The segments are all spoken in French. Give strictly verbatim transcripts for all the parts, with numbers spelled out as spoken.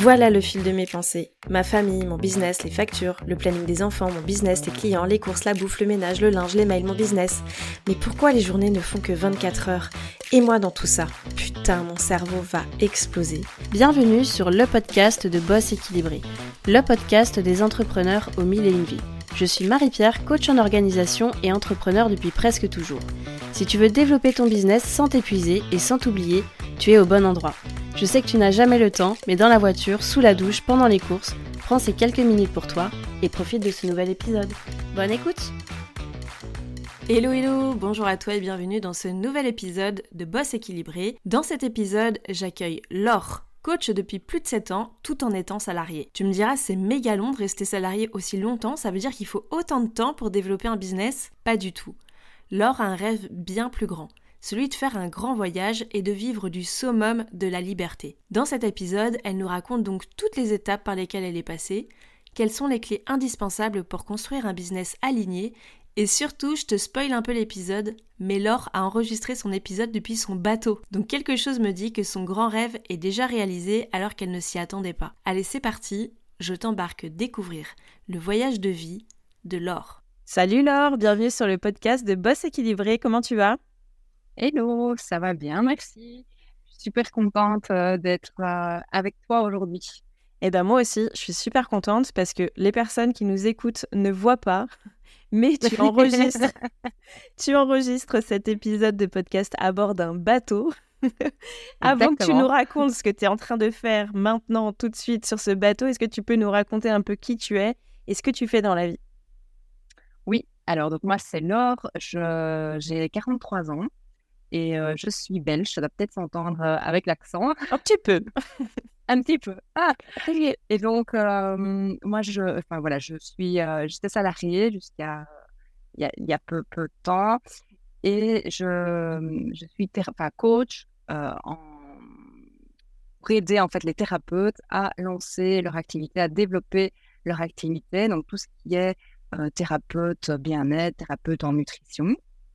Voilà le fil de mes pensées. Ma famille, mon business, les factures, le planning des enfants, mon business, les clients, les courses, la bouffe, le ménage, le linge, les mails, mon business. Mais pourquoi les journées ne font que vingt-quatre heures? Et moi dans tout ça? Putain, mon cerveau va exploser. Bienvenue sur le podcast de Boss Équilibré, le podcast des entrepreneurs aux mille et une vies. Je suis Marie-Pierre, coach en organisation et entrepreneur depuis presque toujours. Si tu veux développer ton business sans t'épuiser et sans t'oublier, tu es au bon endroit. Je sais que tu n'as jamais le temps, mais dans la voiture, sous la douche, pendant les courses, prends ces quelques minutes pour toi et profite de ce nouvel épisode. Bonne écoute! Hello hello, bonjour à toi et bienvenue dans ce nouvel épisode de Boss Équilibré. Dans cet épisode, j'accueille Laure, coach depuis plus de sept ans, tout en étant salarié. Tu me diras, c'est méga long de rester salarié aussi longtemps, ça veut dire qu'il faut autant de temps pour développer un business? Pas du tout. Laure a un rêve bien plus grand, celui de faire un grand voyage et de vivre du summum de la liberté. Dans cet épisode, elle nous raconte donc toutes les étapes par lesquelles elle est passée, quelles sont les clés indispensables pour construire un business aligné, et surtout, je te spoil un peu l'épisode, mais Laure a enregistré son épisode depuis son bateau. Donc quelque chose me dit que son grand rêve est déjà réalisé alors qu'elle ne s'y attendait pas. Allez, c'est parti, je t'embarque découvrir le voyage de vie de Laure. Salut Laure, bienvenue sur le podcast de Boss Équilibré, comment tu vas ? Hello, ça va bien, merci. Je suis super contente euh, d'être euh, avec toi aujourd'hui. Eh ben moi aussi, je suis super contente parce que les personnes qui nous écoutent ne voient pas, mais tu enregistres, tu enregistres cet épisode de podcast à bord d'un bateau. Avant que tu nous racontes ce que tu es en train de faire maintenant, tout de suite sur ce bateau, est-ce que tu peux nous raconter un peu qui tu es et ce que tu fais dans la vie ? Oui, alors donc moi c'est Laure, je, j'ai quarante-trois ans. Et euh, je suis belge, ça doit peut-être s'entendre euh, avec l'accent. Un petit peu. Un petit peu. Ah, et donc, euh, moi, je, enfin, voilà, je suis, euh, j'étais salariée jusqu'à il y a, y a peu, peu de temps. Et je, je suis théra- enfin, coach euh, en, pour aider en fait, les thérapeutes à lancer leur activité, à développer leur activité. Donc, tout ce qui est euh, thérapeute bien-être, thérapeute en nutrition.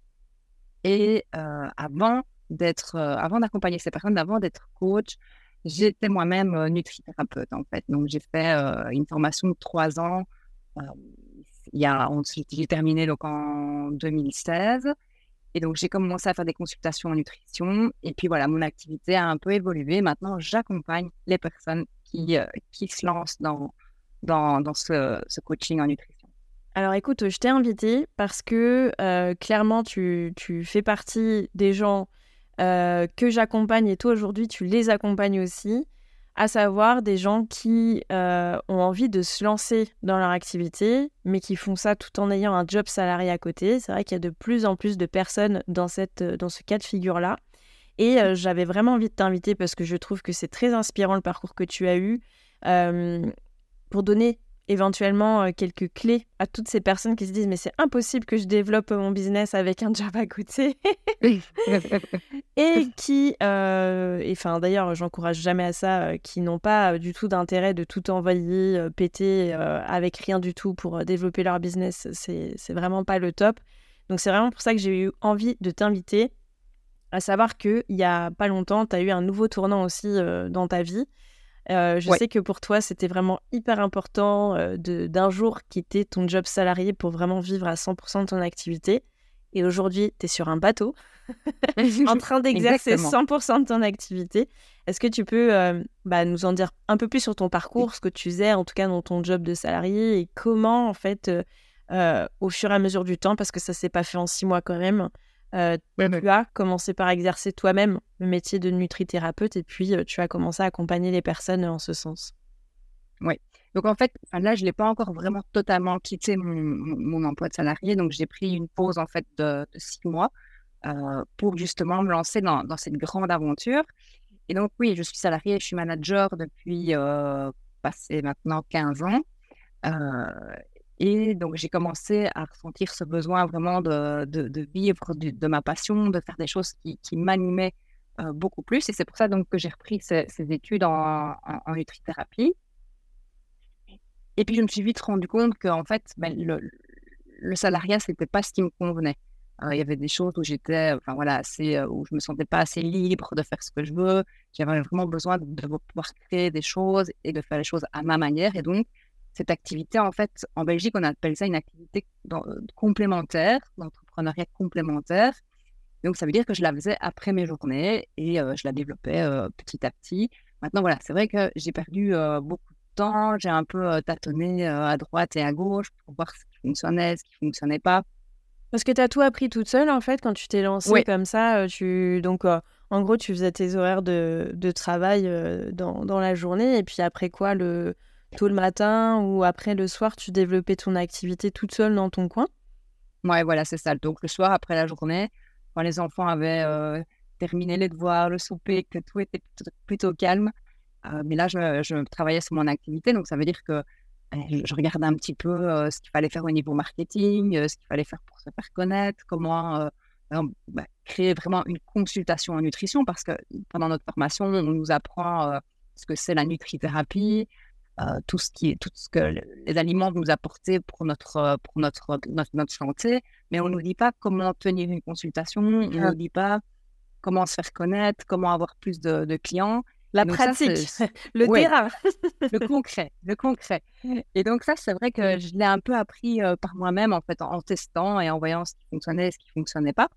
Et euh, avant d'être, euh, avant d'accompagner ces personnes, avant d'être coach, j'étais moi-même euh, nutrithérapeute en fait. Donc j'ai fait euh, une formation de trois ans. Euh, il y a, on, j'ai terminé donc en deux mille seize. Et donc j'ai commencé à faire des consultations en nutrition. Et puis voilà, mon activité a un peu évolué. Maintenant, j'accompagne les personnes qui, euh, qui se lancent dans, dans, dans ce, ce coaching en nutrition. Alors écoute, je t'ai invitée parce que euh, clairement, tu, tu fais partie des gens euh, que j'accompagne et toi aujourd'hui, tu les accompagnes aussi, à savoir des gens qui euh, ont envie de se lancer dans leur activité, mais qui font ça tout en ayant un job salarié à côté. C'est vrai qu'il y a de plus en plus de personnes dans, cette, dans ce cas de figure-là. Et euh, j'avais vraiment envie de t'inviter parce que je trouve que c'est très inspirant le parcours que tu as eu euh, pour donner éventuellement euh, quelques clés à toutes ces personnes qui se disent mais c'est impossible que je développe mon business avec un job à côté et qui euh, et enfin d'ailleurs j'encourage jamais à ça euh, qui n'ont pas euh, du tout d'intérêt de tout envoyer euh, péter euh, avec rien du tout pour euh, développer leur business, c'est, c'est vraiment pas le top. Donc c'est vraiment pour ça que j'ai eu envie de t'inviter, à savoir qu'il y a pas longtemps tu as eu un nouveau tournant aussi euh, dans ta vie. Euh, je ouais. sais que pour toi, c'était vraiment hyper important euh, de, d'un jour quitter ton job salarié pour vraiment vivre à cent pour cent de ton activité. Et aujourd'hui, tu es sur un bateau en train d'exercer Exactement. cent pour cent de ton activité. Est-ce que tu peux euh, bah, nous en dire un peu plus sur ton parcours, ce que tu faisais en tout cas dans ton job de salarié et comment en fait, euh, euh, au fur et à mesure du temps, parce que ça ne s'est pas fait en six mois quand même, Euh, ouais, tu ouais. as commencé par exercer toi-même le métier de nutrithérapeute et puis euh, tu as commencé à accompagner les personnes en ce sens. Oui. Donc en fait, là, je ne l'ai pas encore vraiment totalement quitté mon, mon, mon emploi de salarié. Donc j'ai pris une pause en fait de, de six mois euh, pour justement me lancer dans, dans cette grande aventure. Et donc oui, je suis salariée, je suis manager depuis euh, passé maintenant quinze ans. Euh, Et donc, j'ai commencé à ressentir ce besoin vraiment de, de, de vivre de, de ma passion, de faire des choses qui, qui m'animaient euh, beaucoup plus. Et c'est pour ça donc, que j'ai repris ces, ces études en, en, en nutrithérapie. Et puis, je me suis vite rendu compte qu'en fait, ben, le, le salariat, ce n'était pas ce qui me convenait. Euh, il y avait des choses où j'étais, enfin voilà, assez, euh, où je me sentais pas assez libre de faire ce que je veux. J'avais vraiment besoin de, de pouvoir créer des choses et de faire les choses à ma manière. Et donc, cette activité, en fait, en Belgique, on appelle ça une activité dans- complémentaire, d'entrepreneuriat complémentaire. Donc, ça veut dire que je la faisais après mes journées et euh, je la développais euh, petit à petit. Maintenant, voilà, c'est vrai que j'ai perdu euh, beaucoup de temps. J'ai un peu euh, tâtonné euh, à droite et à gauche pour voir ce qui fonctionnait, ce qui ne fonctionnait pas. Parce que tu as tout appris toute seule, en fait, quand tu t'es lancée Oui, comme ça. euh, Tu... Donc, euh, en gros, tu faisais tes horaires de, de travail euh, dans, dans la journée. Et puis après quoi, le... tôt le matin ou après le soir, tu développais ton activité toute seule dans ton coin. ouais, voilà, c'est ça. Donc, le soir, après la journée, quand les enfants avaient euh, terminé les devoirs, le souper, que tout était plutôt, plutôt calme, euh, mais là, je, je travaillais sur mon activité. Donc, ça veut dire que euh, je, je regardais un petit peu euh, ce qu'il fallait faire au niveau marketing, euh, ce qu'il fallait faire pour se faire connaître, comment euh, euh, bah, créer vraiment une consultation en nutrition, parce que pendant notre formation, on nous apprend euh, ce que c'est la nutrithérapie, euh, tout ce qui est, tout ce que les aliments nous apportent pour notre, euh, pour notre, notre, notre santé, mais on ne nous dit pas comment tenir une consultation, on ne Ah. nous dit pas comment se faire connaître, comment avoir plus de, de clients. La Et donc ça, pratique, c'est, le ouais, terrain. le concret, le concret. Et donc ça, c'est vrai que je l'ai un peu appris euh, par moi-même, en fait, en, en testant et en voyant ce qui fonctionnait et ce qui ne fonctionnait pas.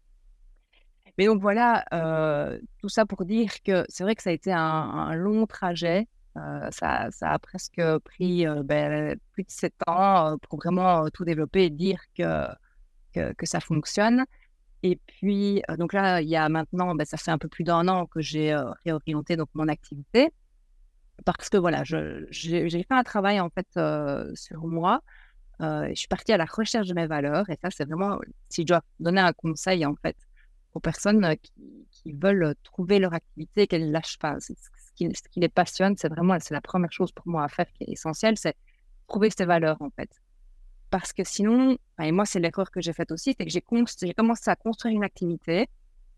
Mais donc voilà, euh, tout ça pour dire que c'est vrai que ça a été un, un long trajet. Euh, ça, ça a presque pris euh, ben, plus de sept ans euh, pour vraiment euh, tout développer et dire que, que, que ça fonctionne. Et puis, euh, donc là, il y a maintenant, ben, ça fait un peu plus d'un an que j'ai euh, réorienté donc, mon activité. Parce que voilà, je, j'ai, j'ai fait un travail en fait euh, sur moi. Euh, je suis partie à la recherche de mes valeurs. Et ça, c'est vraiment, si je dois donner un conseil en fait aux personnes euh, qui, qui veulent trouver leur activité et qu'elles ne lâchent pas. C'est, ce, qui, ce qui les passionne, c'est vraiment, c'est la première chose pour moi à faire qui est essentielle, c'est trouver ses valeurs en fait. Parce que sinon, et moi, c'est l'erreur que j'ai faite aussi, c'est que j'ai, const- j'ai commencé à construire une activité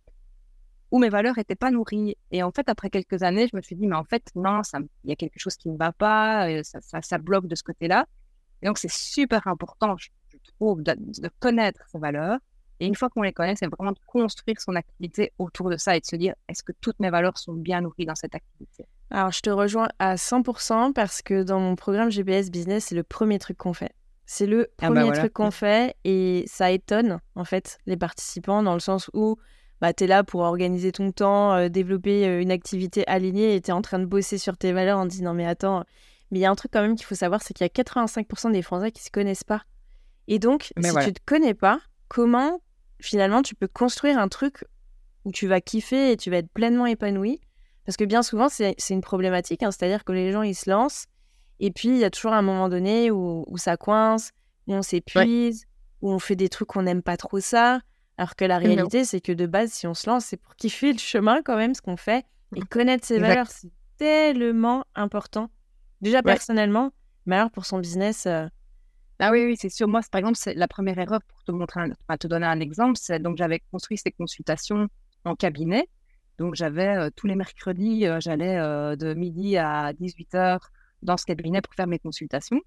où mes valeurs n'étaient pas nourries. Et en fait, après quelques années, je me suis dit, mais en fait, non, ça, il y a quelque chose qui ne va pas, et ça, ça, ça bloque de ce côté-là. Et donc, c'est super important, je, je trouve, de, de connaître ses valeurs. Et une fois qu'on les connaît, c'est vraiment de construire son activité autour de ça et de se dire, est-ce que toutes mes valeurs sont bien nourries dans cette activité? Alors, je te rejoins à cent pour cent parce que dans mon programme G P S Business, c'est le premier truc qu'on fait. C'est le Ah bah premier voilà. truc qu'on fait et ça étonne, en fait, les participants dans le sens où bah, tu es là pour organiser ton temps, euh, développer euh, une activité alignée et tu es en train de bosser sur tes valeurs en disant non mais attends, mais il y a un truc quand même qu'il faut savoir, c'est qu'il y a quatre-vingt-cinq pour cent des Français qui ne se connaissent pas. Et donc, Mais si voilà. tu ne te connais pas, comment finalement tu peux construire un truc où tu vas kiffer et tu vas être pleinement épanoui? Parce que bien souvent, c'est, c'est une problématique, hein, c'est-à-dire que les gens, ils se lancent et puis il y a toujours un moment donné où, où ça coince, où on Ouais. s'épuise, où on fait des trucs qu'on n'aime pas trop ça. Alors que la Non. réalité, c'est que de base, si on se lance, c'est pour kiffer le chemin quand même, ce qu'on fait. Et connaître ses Exact. valeurs, c'est tellement important. Déjà Ouais. personnellement, mais alors pour son business... euh, Ah oui, oui, c'est sûr. Moi, c'est- par exemple, c'est la première erreur pour te montrer, un- enfin, te donner un exemple. C'est donc j'avais construit ces consultations en cabinet. Donc j'avais euh, tous les mercredis, euh, j'allais euh, de midi à dix-huit heures dans ce cabinet pour faire mes consultations.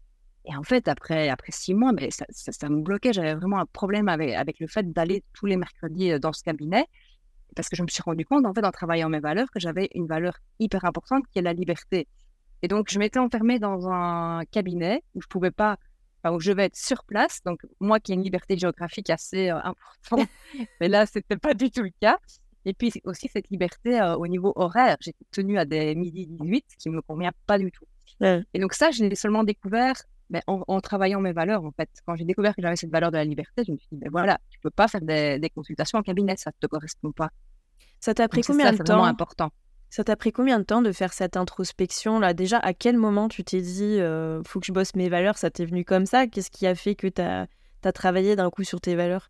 Et en fait, après, après six mois, mais ça, ça, ça me bloquait. J'avais vraiment un problème avec, avec le fait d'aller tous les mercredis euh, dans ce cabinet parce que je me suis rendu compte, en fait, en travaillant mes valeurs, que j'avais une valeur hyper importante qui est la liberté. Et donc, je m'étais enfermée dans un cabinet où je pouvais pas, enfin, où je vais être sur place. Donc, moi qui ai une liberté géographique assez euh, importante, mais là, c'était pas du tout le cas. Et puis aussi cette liberté euh, au niveau horaire. J'étais tenue à des midi dix-huit, ce qui me convient pas du tout. ouais. Et donc ça, je l'ai seulement découvert ben, en, en travaillant mes valeurs, en fait. Quand j'ai découvert que j'avais cette valeur de la liberté, je me suis dit, ben voilà, tu peux pas faire des, des consultations en cabinet, ça te correspond pas. Ça t'a pris Donc c'est combien ça, de c'est vraiment temps important. Ça t'a pris combien de temps de faire cette introspection là? Déjà, à quel moment tu t'es dit euh, faut que je bosse mes valeurs? Ça t'est venu comme ça? Qu'est-ce qui a fait que t'as as travaillé d'un coup sur tes valeurs?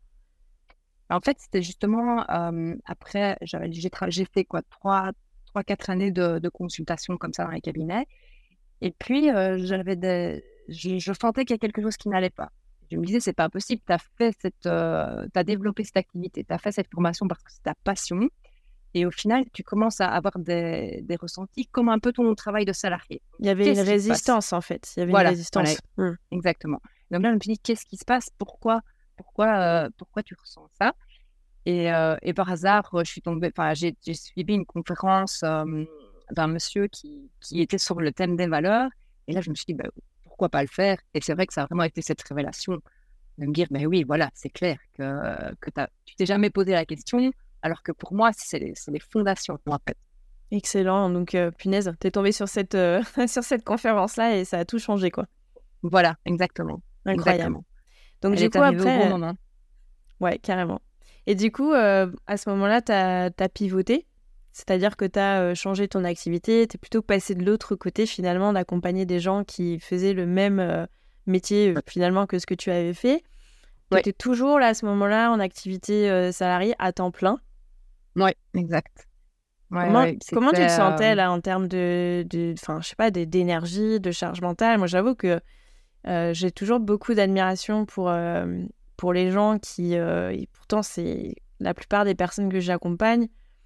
En fait, c'était justement euh, après, j'avais, j'ai, tra- j'ai fait quoi, trois, trois, quatre années de, de consultation comme ça dans les cabinets. Et puis, euh, j'avais des, je, je sentais qu'il y a quelque chose qui n'allait pas. Je me disais, c'est pas possible, tu as fait cette, euh, t'as développé cette activité, tu as fait cette formation parce que c'est ta passion. Et au final, tu commences à avoir des, des ressentis comme un peu ton travail de salarié. Il y avait une Qu'est-ce qui se passe? résistance en fait. Il y avait une Voilà, voilà, résistance. Hmm. exactement. Donc là, je me suis dit, qu'est-ce qui se passe? Pourquoi pourquoi, euh, pourquoi tu ressens ça? Et, euh, et par hasard, je suis tombée, enfin, j'ai, j'ai suivi une conférence euh, d'un monsieur qui, qui était sur le thème des valeurs. Et là, je me suis dit, bah, pourquoi pas le faire? Et c'est vrai que ça a vraiment été cette révélation de me dire, ben oui, voilà, c'est clair que, que t'as, tu t'es jamais posé la question, alors que pour moi, c'est les, c'est les fondations, en fait. Excellent. Donc, euh, punaise, t'es tombée sur cette, euh, sur cette conférence-là et ça a tout changé, quoi. Voilà, exactement. Incroyable. Exactement. Donc, Elle du est coup, arrivée au bon après... moment. Ouais, carrément. Et du coup, euh, à ce moment-là, tu as pivoté, c'est-à-dire que tu as changé ton activité, tu es plutôt passé de l'autre côté finalement, d'accompagner des gens qui faisaient le même euh, métier euh, finalement que ce que tu avais fait. Tu Ouais. étais toujours là à ce moment-là en activité euh, salariée à temps plein. Oui, exact. Ouais, Comment, ouais, comment tu te c'était, sentais euh, là en termes de, de, enfin, je sais pas, de- d'énergie, de charge mentale? Moi, j'avoue que euh, j'ai toujours beaucoup d'admiration pour, euh, pour les gens qui, euh, et pourtant, c'est la plupart des personnes que j'accompagne.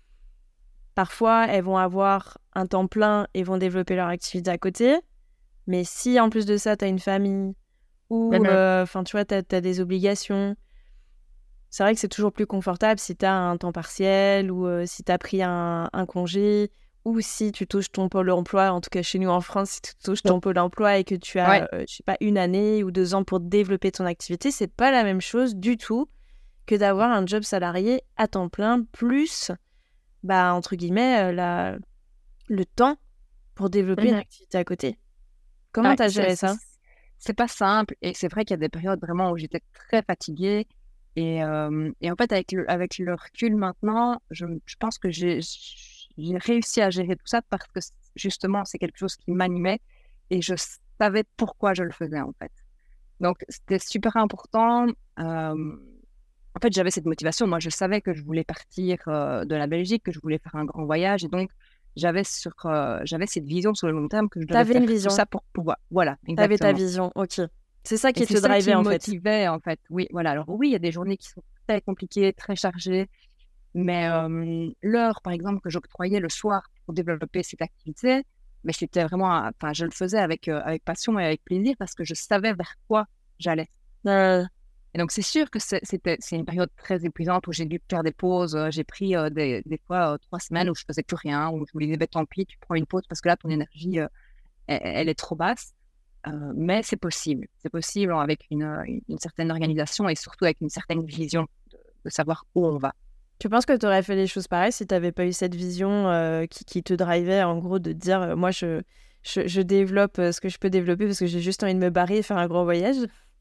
Parfois, elles vont avoir un temps plein et vont développer leur activité à côté. Mais si, en plus de ça, tu as une famille ou, mhm. enfin, tu vois, tu as des obligations, c'est vrai que c'est toujours plus confortable si tu as un temps partiel ou euh, si tu as pris un, un congé ou si tu touches ton pôle emploi. En tout cas, chez nous en France, si tu touches ton pôle emploi et que tu Ouais, as, euh, je sais pas, une année ou deux ans pour développer ton activité, c'est pas la même chose du tout que d'avoir un job salarié à temps plein plus, bah, entre guillemets, euh, la, le temps pour développer une mhm. activité à côté. Comment Ouais, tu as c'est, géré c'est, ça? c'est pas simple. Et c'est vrai qu'il y a des périodes vraiment où j'étais très fatiguée. Et, euh, et en fait, avec le, avec le recul maintenant, je, je pense que j'ai, j'ai réussi à gérer tout ça parce que justement, c'est quelque chose qui m'animait et je savais pourquoi je le faisais, en fait. Donc, c'était super important. Euh, en fait, j'avais cette motivation. Moi, je savais que je voulais partir euh, de la Belgique, que je voulais faire un grand voyage. Et donc, j'avais sur, euh, j'avais cette vision sur le long terme que je devais T'avais une faire tout vision, ça pour pouvoir. Voilà, t'avais ta exactement. vision, ok. C'est ça Et qui c'est te ça qui drivait me en fait. motivait, en fait. Oui, voilà. Alors, oui, il y a des journées qui sont très compliquées, très chargées. Mais euh, l'heure, par exemple, que j'octroyais le soir pour développer cette activité, mais c'était vraiment, un- enfin, je le faisais avec, euh, avec passion et avec plaisir parce que je savais vers quoi j'allais. Euh, Et donc, c'est sûr que c'est- c'était, c'est une période très épuisante où j'ai dû faire des pauses. Euh, J'ai pris euh, des, des fois euh, trois semaines où je faisais plus rien, où je me disais, bah, tant pis, tu prends une pause parce que là, ton énergie, euh, elle, elle est trop basse. Euh, mais c'est possible. C'est possible avec une, euh, une, une certaine organisation et surtout avec une certaine vision de, de savoir où on va. Tu penses que tu aurais fait les choses pareilles si tu n'avais pas eu cette vision euh, qui, qui te drivait, en gros, de te dire, euh, moi, je, je, je développe euh, ce que je peux développer parce que j'ai juste envie de me barrer et faire un grand voyage?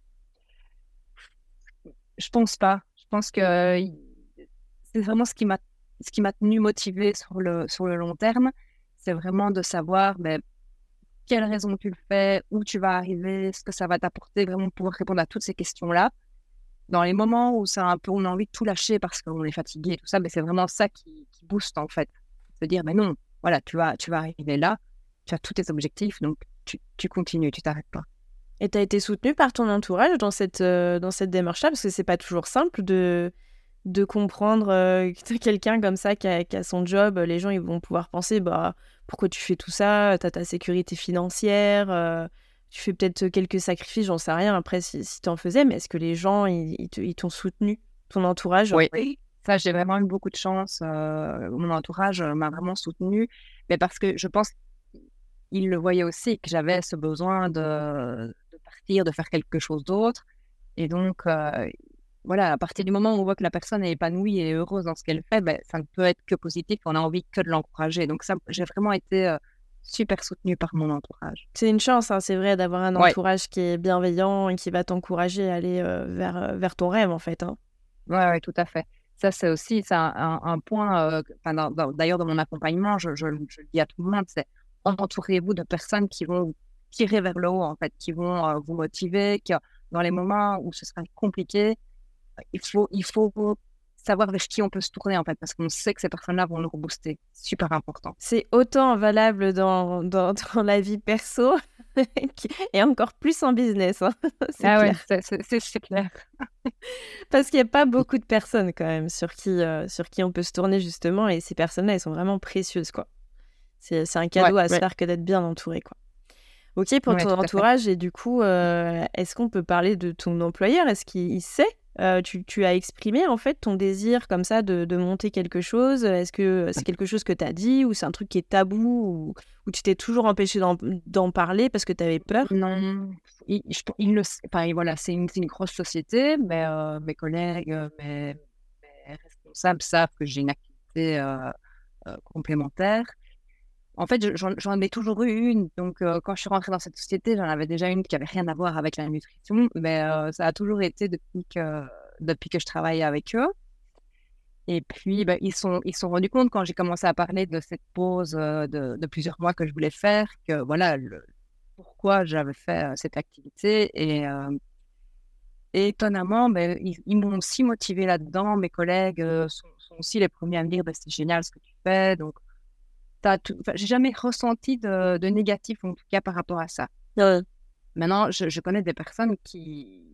Je pense pas. Je pense que euh, c'est vraiment ce qui m'a ce qui m'a tenu motivée sur le, sur le long terme. C'est vraiment de savoir ben, quelle raison tu le fais, où tu vas arriver, ce que ça va t'apporter, vraiment pouvoir répondre à toutes ces questions-là. Dans les moments où ça un peu, on a envie de tout lâcher parce qu'on est fatigué et tout ça, mais c'est vraiment ça qui, qui booste en fait. Se dire, mais non, voilà, tu vas, tu vas arriver là, tu as tous tes objectifs, donc tu, tu continues, tu t'arrêtes pas. Et tu as été soutenue par ton entourage dans cette, euh, dans cette démarche-là parce que c'est pas toujours simple de, de comprendre euh, que t'as quelqu'un comme ça qui a, qui a son job. Les gens, ils vont pouvoir penser, bah, pourquoi tu fais tout ça? T'as ta sécurité financière, euh, tu fais peut-être quelques sacrifices, j'en sais rien, après, si, si t'en faisais, mais est-ce que les gens, ils, ils te- ils t'ont soutenu, ton entourage? Oui, ça, j'ai vraiment eu beaucoup de chance. Euh, mon entourage euh, m'a vraiment soutenue, mais parce que je pense qu'il le voyait aussi, que j'avais ce besoin de, de partir, de faire quelque chose d'autre. Et donc, euh, voilà, à partir du moment où on voit que la personne est épanouie et heureuse dans ce qu'elle fait, ben, ça ne peut être que positif. On a envie que de l'encourager. Donc, ça, j'ai vraiment été euh, super soutenue par mon entourage. C'est une chance, hein, c'est vrai, d'avoir un Ouais, entourage qui est bienveillant et qui va t'encourager à aller euh, vers, euh, vers ton rêve, en fait, hein. ouais, ouais, tout à fait. Ça, c'est aussi c'est un, un- un point, euh, enfin, dans- dans- d'ailleurs, dans mon accompagnement, je, je, je le dis à tout le monde, c'est entourez-vous de personnes qui vont vous tirer vers le haut, en fait, qui vont euh, vous motiver, qui, dans les moments où ce sera compliqué, il faut, il faut savoir vers qui on peut se tourner, en fait, parce qu'on sait que ces personnes-là vont nous rebooster. Super important. C'est autant valable dans, dans, dans la vie perso et encore plus en business, hein. C'est Ah ouais, clair. c'est c'est- c'est- c'est clair. Parce qu'il n'y a pas beaucoup de personnes quand même sur qui, euh, sur qui on peut se tourner justement et ces personnes-là, elles sont vraiment précieuses, quoi. C'est, c'est un Ouais, cadeau à se ouais, faire que d'être bien entouré, quoi. Ok pour ouais, ton tout à fait. entourage et du coup, euh, est-ce qu'on peut parler de ton employeur? Est-ce qu'il il sait euh, tu, tu as exprimé en fait ton désir comme ça de, de monter quelque chose? Est-ce que c'est quelque chose que tu as dit ou c'est un truc qui est tabou ou, ou tu t'es toujours empêché d'en, d'en parler parce que tu avais peur? Non, il, je- il le sait. Enfin, voilà, c'est une, c'est une grosse société, mais euh, mes collègues, euh, mes, mes responsables savent que j'ai une activité euh, euh, complémentaire. En fait, je- j'en, j'en ai toujours eu une. Donc, euh, quand je suis rentrée dans cette société, j'en avais déjà une qui avait rien à voir avec la nutrition, mais euh, ça a toujours été depuis que, depuis que je travaille avec eux. Et puis, ben, ils sont, ils se sont rendus compte quand j'ai commencé à parler de cette pause euh, de, de plusieurs mois que je voulais faire, que voilà, le, pourquoi j'avais fait euh, cette activité. Et, euh, et étonnamment, ben, ils, ils m'ont aussi motivée là-dedans. Mes collègues euh, sont, sont aussi les premiers à me dire, ben, c'est génial ce que tu fais. Donc, t'as tout... enfin, j'ai jamais ressenti de, de négatif, en tout cas, par rapport à ça. Ouais. Maintenant, je, je connais des personnes qui,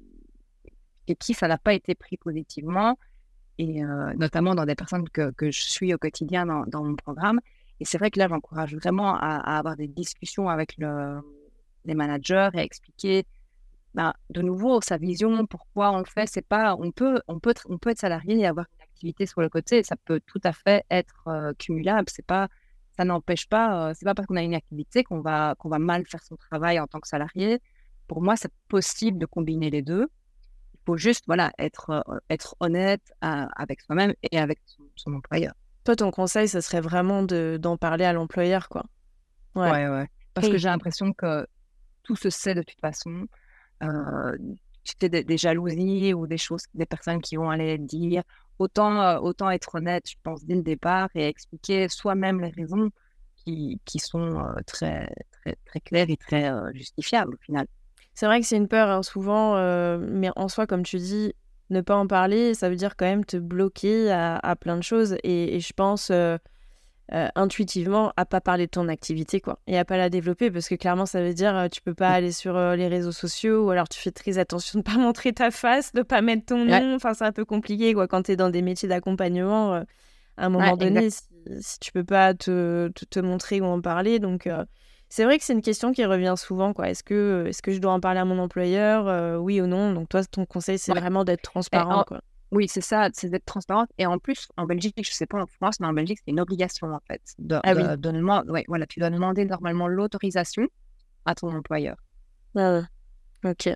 et qui ça n'a pas été pris positivement, et euh, notamment dans des personnes que, que je suis au quotidien dans, dans mon programme. Et c'est vrai que là, j'encourage vraiment à, à avoir des discussions avec le, les managers et expliquer ben, de nouveau sa vision, pourquoi on le fait. C'est pas, on peut, on peut, on peut être salarié et avoir une activité sur le côté. Ça peut tout à fait être euh, cumulable. C'est pas, ça n'empêche pas. Euh, c'est pas parce qu'on a une activité qu'on va, qu'on va mal faire son travail en tant que salarié. Pour moi, c'est possible de combiner les deux. Il faut juste, voilà, être, euh, être honnête euh, avec soi-même et avec son, son employeur. Toi, ton conseil, ce serait vraiment de, d'en parler à l'employeur, quoi. Ouais. Ouais, ouais. Parce que Et j'ai l'impression que tout se sait de toute façon. Euh, tu sais, des, des jalousies ou des choses, des personnes qui vont aller dire. Autant, euh, autant être honnête, je pense, dès le départ et expliquer soi-même les raisons qui, qui sont euh, très, très, très claires et très euh, justifiables au final. c'est vrai que c'est une peur, hein, souvent, euh, mais en soi, comme tu dis, ne pas en parler, ça veut dire quand même te bloquer à, à plein de choses. Et, et je pense euh, euh, intuitivement à pas parler de ton activité, quoi, et à pas la développer, parce que clairement, ça veut dire euh, tu peux pas aller sur euh, les réseaux sociaux, ou alors tu fais très attention de pas montrer ta face, de pas mettre ton Ouais, nom. Enfin, c'est un peu compliqué, quoi, quand tu es dans des métiers d'accompagnement. Euh, à un ouais, moment donné, exact. si, si tu peux pas te, te, te montrer ou en parler. Donc, euh, c'est vrai que c'est une question qui revient souvent, quoi. Est-ce que, est-ce que je dois en parler à mon employeur, euh, oui ou non? Donc, toi, ton conseil, c'est Ouais. vraiment d'être Et transparente, en- quoi. oui, c'est ça, c'est d'être transparente. Et en plus, en Belgique, je sais pas en France, mais en Belgique, c'est une obligation en fait. De, Ah oui. de, de demander- ouais, voilà, tu dois demander normalement l'autorisation à ton employeur. Ah ouais. Ok.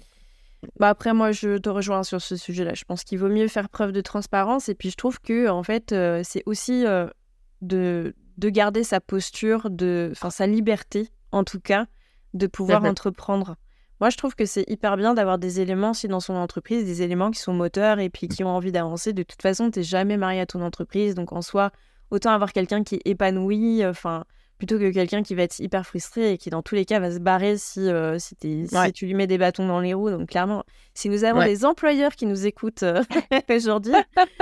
Bah après, moi, je te rejoins sur ce sujet-là. Je pense qu'il vaut mieux faire preuve de transparence. Et puis, je trouve que, en fait, euh, c'est aussi euh, de, de garder sa posture, de, enfin, sa liberté, en tout cas, de pouvoir Mhm. entreprendre. Moi, je trouve que c'est hyper bien d'avoir des éléments aussi dans son entreprise, des éléments qui sont moteurs et puis qui ont envie d'avancer. De toute façon, tu n'es jamais marié à ton entreprise. Donc, en soi, autant avoir quelqu'un qui est épanoui, enfin, plutôt que quelqu'un qui va être hyper frustré et qui, dans tous les cas, va se barrer si, euh, si, t'es- Ouais, si tu lui mets des bâtons dans les roues. Donc, clairement, si nous avons ouais. des employeurs qui nous écoutent euh, aujourd'hui,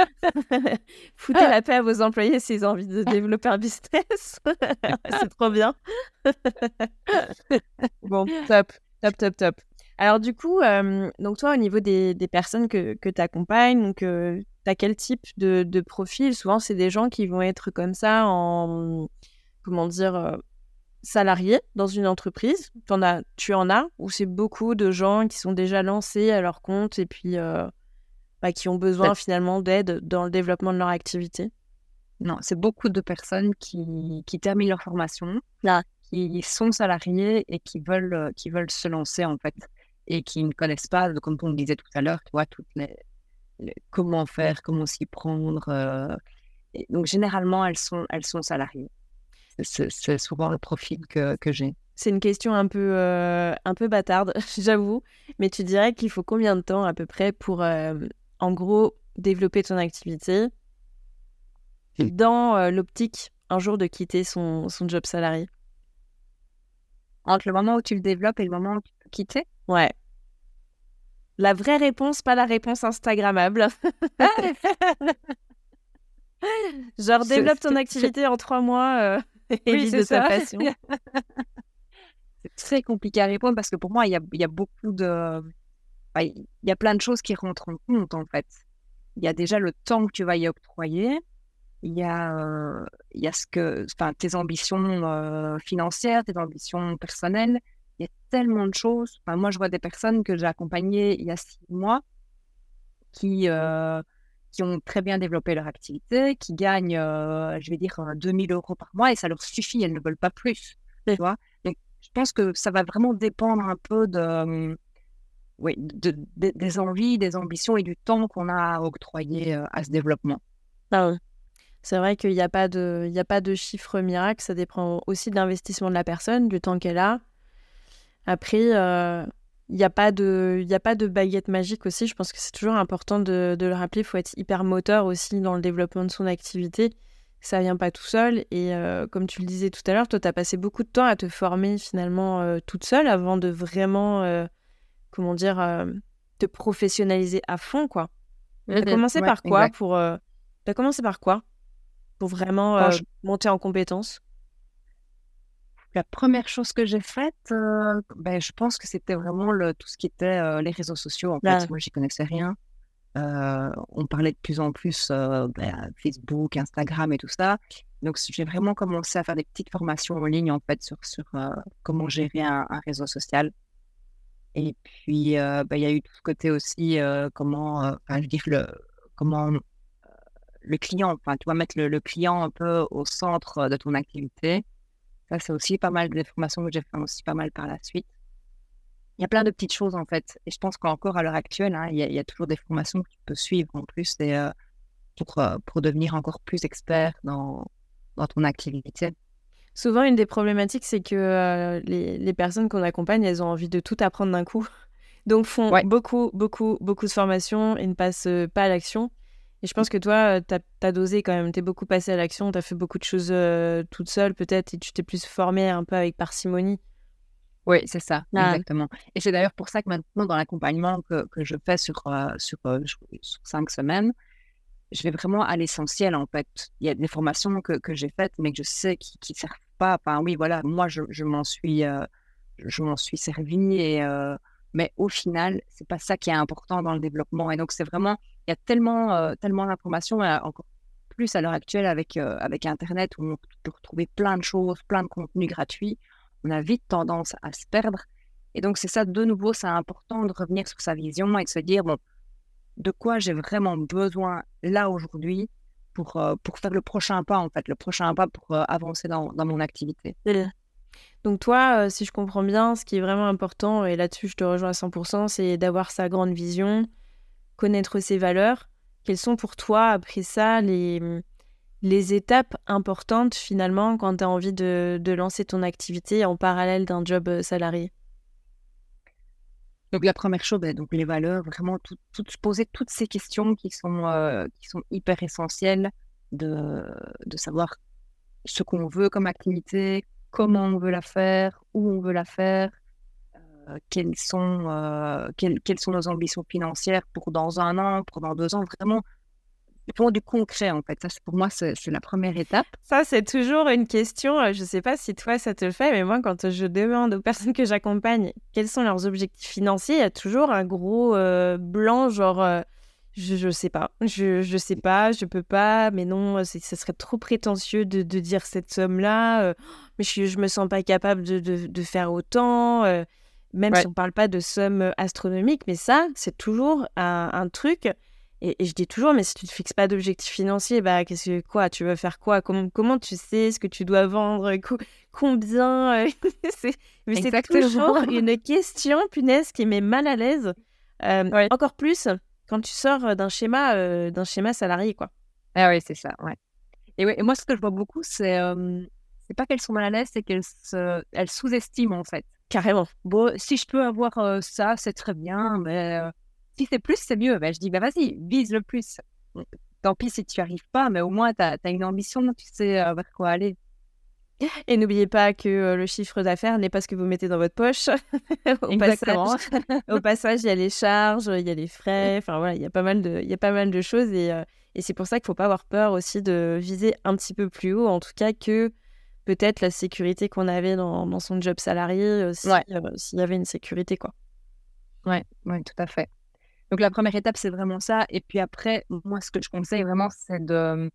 foutez la paix à vos employés s'ils ont envie de développer un business. C'est trop bien. Bon, top, top, top, top. Alors du coup, euh, donc toi, au niveau des, des personnes que, que tu accompagnes, donc euh, tu as quel type de, de profil? Souvent, c'est des gens qui vont être comme ça en, comment dire, euh, salariés dans une entreprise. T'en as, tu en as, ou c'est beaucoup de gens qui sont déjà lancés à leur compte et puis euh, bah, qui ont besoin C'est- finalement d'aide dans le développement de leur activité? Non, c'est beaucoup de personnes qui, qui terminent leur formation, Ah, qui sont salariés et qui veulent, euh, qui veulent se lancer en fait et qui ne connaissent pas, comme on disait tout à l'heure, tu vois, toutes les, les- comment faire, comment s'y prendre. euh, et donc généralement, elles sont, elles sont salariées. C'est c'est- c'est souvent le profil que, que j'ai. c'est une question un peu, euh, un peu bâtarde, j'avoue. Mais tu dirais qu'il faut combien de temps à peu près pour, euh, en gros, développer ton activité Hmm. dans euh, l'optique un jour de quitter son, son job salarié? Entre le moment où tu le développes et le moment où tu peux quitter. Ouais. La vraie réponse, pas la réponse Instagrammable. Genre, C'est- développe ton c'est- c'est- activité en trois mois euh, et Oui, vis c'est de ta ça. passion. C'est très compliqué à répondre parce que pour moi, il y a, il y a beaucoup de... enfin, il y a plein de choses qui rentrent en compte, en fait. Il y a déjà le temps que tu vas y octroyer. Il y a, euh, il y a ce que, enfin, tes ambitions euh, financières, tes ambitions personnelles. Il y a tellement de choses. Enfin, moi, je vois des personnes que j'ai accompagnées il y a six mois qui, euh, qui ont très bien développé leur activité, qui gagnent, euh, je vais dire, euh, deux mille euros par mois et ça leur suffit, elles ne veulent pas plus, tu vois. Donc, je pense que ça va vraiment dépendre un peu de, euh, oui, de, de- des envies, des ambitions et du temps qu'on a à octroyer euh, à ce développement. Ah ouais. C'est vrai qu'il n'y a pas de, il y a pas de chiffre miracle, ça dépend aussi de l'investissement de la personne, du temps qu'elle a. Après, euh, il n'y a pas de, il y a pas de baguette magique aussi. Je pense que c'est toujours important de, de le rappeler. Il faut être hyper moteur aussi dans le développement de son activité. Ça vient pas tout seul. Et euh, comme tu le disais tout à l'heure, toi, tu as passé beaucoup de temps à te former finalement euh, toute seule avant de vraiment, euh, comment dire, euh, te professionnaliser à fond, quoi. Tu as Mhm. commencé Ouais, par quoi exact. pour, euh, t'as commencé par quoi pour vraiment Quand euh, je- monter en compétences? La première chose que j'ai faite, euh, ben, je pense que c'était vraiment le, tout ce qui était euh, les réseaux sociaux, en Là, fait. Moi, j'y connaissais rien. Euh, on parlait de plus en plus euh, ben, Facebook, Instagram et tout ça. Donc, j'ai vraiment commencé à faire des petites formations en ligne, en fait, sur, sur euh, comment gérer un, un réseau social. Et puis, euh, ben, il y a eu tout ce côté aussi, euh, comment, euh, enfin, je veux dire, le, comment le client, enfin, tu vas mettre le, le client un peu au centre de ton activité. Ça, c'est aussi pas mal de formations que j'ai fait aussi pas mal par la suite. Il y a plein de petites choses, en fait. Et je pense qu'encore à l'heure actuelle, hein, il y a, il y a toujours des formations que tu peux suivre en plus et, euh, pour, euh, pour devenir encore plus expert dans, dans ton activité. souvent, une des problématiques, c'est que euh, les, les personnes qu'on accompagne, elles ont envie de tout apprendre d'un coup. Donc, font Ouais, beaucoup, beaucoup, beaucoup de formations et ne passent euh, pas à l'action. Et je pense que toi, tu as dosé quand même. Tu es beaucoup passé à l'action. Tu as fait beaucoup de choses euh, toute seule, peut-être, et tu t'es plus formée un peu avec parcimonie. oui, c'est ça, Ah, exactement. Et c'est d'ailleurs pour ça que maintenant, dans l'accompagnement que, que je fais sur, euh, sur, euh, sur cinq semaines, je vais vraiment à l'essentiel, en fait. Il y a des formations que, que j'ai faites, mais que je sais qui ne servent pas. Enfin, oui, voilà, moi, je, je m'en suis, euh, je m'en suis servie. Et, euh, mais au final, c'est pas ça qui est important dans le développement. Et donc, c'est vraiment, il y a tellement, euh, tellement d'informations, euh, encore plus à l'heure actuelle avec, euh, avec Internet, où on peut retrouver plein de choses, plein de contenus gratuits. On a vite tendance à se perdre. Et donc, c'est ça, de nouveau, c'est important de revenir sur sa vision et de se dire, bon, de quoi j'ai vraiment besoin là aujourd'hui pour, euh, pour faire le prochain pas, en fait, le prochain pas pour euh, avancer dans, dans mon activité. c'est- donc toi, euh, si je comprends bien, ce qui est vraiment important, et là-dessus je te rejoins à cent pour cent, c'est d'avoir sa grande vision, connaître ses valeurs. Quelles sont pour toi, après ça, les, les étapes importantes finalement quand tu as envie de, de lancer ton activité en parallèle d'un job euh, salarié? Donc, la première chose, ben, donc les valeurs, vraiment tout, tout- se poser toutes ces questions qui sont, euh, qui sont hyper essentielles de, de savoir ce qu'on veut comme activité, comment on veut la faire, où on veut la faire, euh, quelles sont, euh, quelles, quelles sont nos ambitions financières pour dans un an, pour dans deux ans, vraiment, vraiment du concret en fait. Ça, c'est- pour moi, c'est c'est la première étape. Ça, c'est toujours une question. euh, Je ne sais pas si toi, ça te le fait, mais moi, quand je demande aux personnes que j'accompagne quels sont leurs objectifs financiers, il y a toujours un gros euh, blanc, genre, euh, je ne sais pas, je je sais pas, je peux pas, mais non, c'est, ça serait trop prétentieux de, de dire cette somme-là, euh, mais je, je me sens pas capable de, de, de faire autant, euh, même si Ouais, on parle pas de sommes astronomiques, mais ça, c'est toujours un, un truc. Et, et je dis toujours, mais si tu ne te fixes pas d'objectif financier, bah, qu'est-ce que, quoi, tu veux faire quoi? Comment, comment tu sais ce que tu dois vendre? Co- combien? euh, c'est- Mais c'est toujours exactement. une question, punaise, qui met mal à l'aise. Euh, Ouais. encore plus quand tu sors d'un schéma, euh, d'un schéma salarié, quoi. Ah oui, c'est ça. Ouais. Et, ouais, et moi, ce que je vois beaucoup, c'est euh, c'est pas qu'elles sont mal à l'aise, c'est qu'elles se, elles sous-estiment en fait. Carrément. Bon, si je peux avoir euh, ça, c'est très bien, mais euh, si c'est plus, c'est mieux. Ben, je dis, bah vas-y, vise le plus. Bon, tant pis si tu n'y arrives pas, mais au moins, tu as une ambition, tu sais euh, vers quoi aller. Et n'oubliez pas que euh, le chiffre d'affaires n'est pas ce que vous mettez dans votre poche. Au passage, Exactement. au passage, il y a les charges, il y a les frais. Enfin voilà, il y a pas mal de, il y a pas mal de choses et, euh, et c'est pour ça qu'il faut pas avoir peur aussi de viser un petit peu plus haut, en tout cas que peut-être la sécurité qu'on avait dans, dans son job salarié, euh, si, Ouais, euh, s'il y avait une sécurité quoi. ouais, ouais, tout à fait. Donc, la première étape, c'est vraiment ça. Et puis après, moi, ce que je conseille vraiment, c'est de,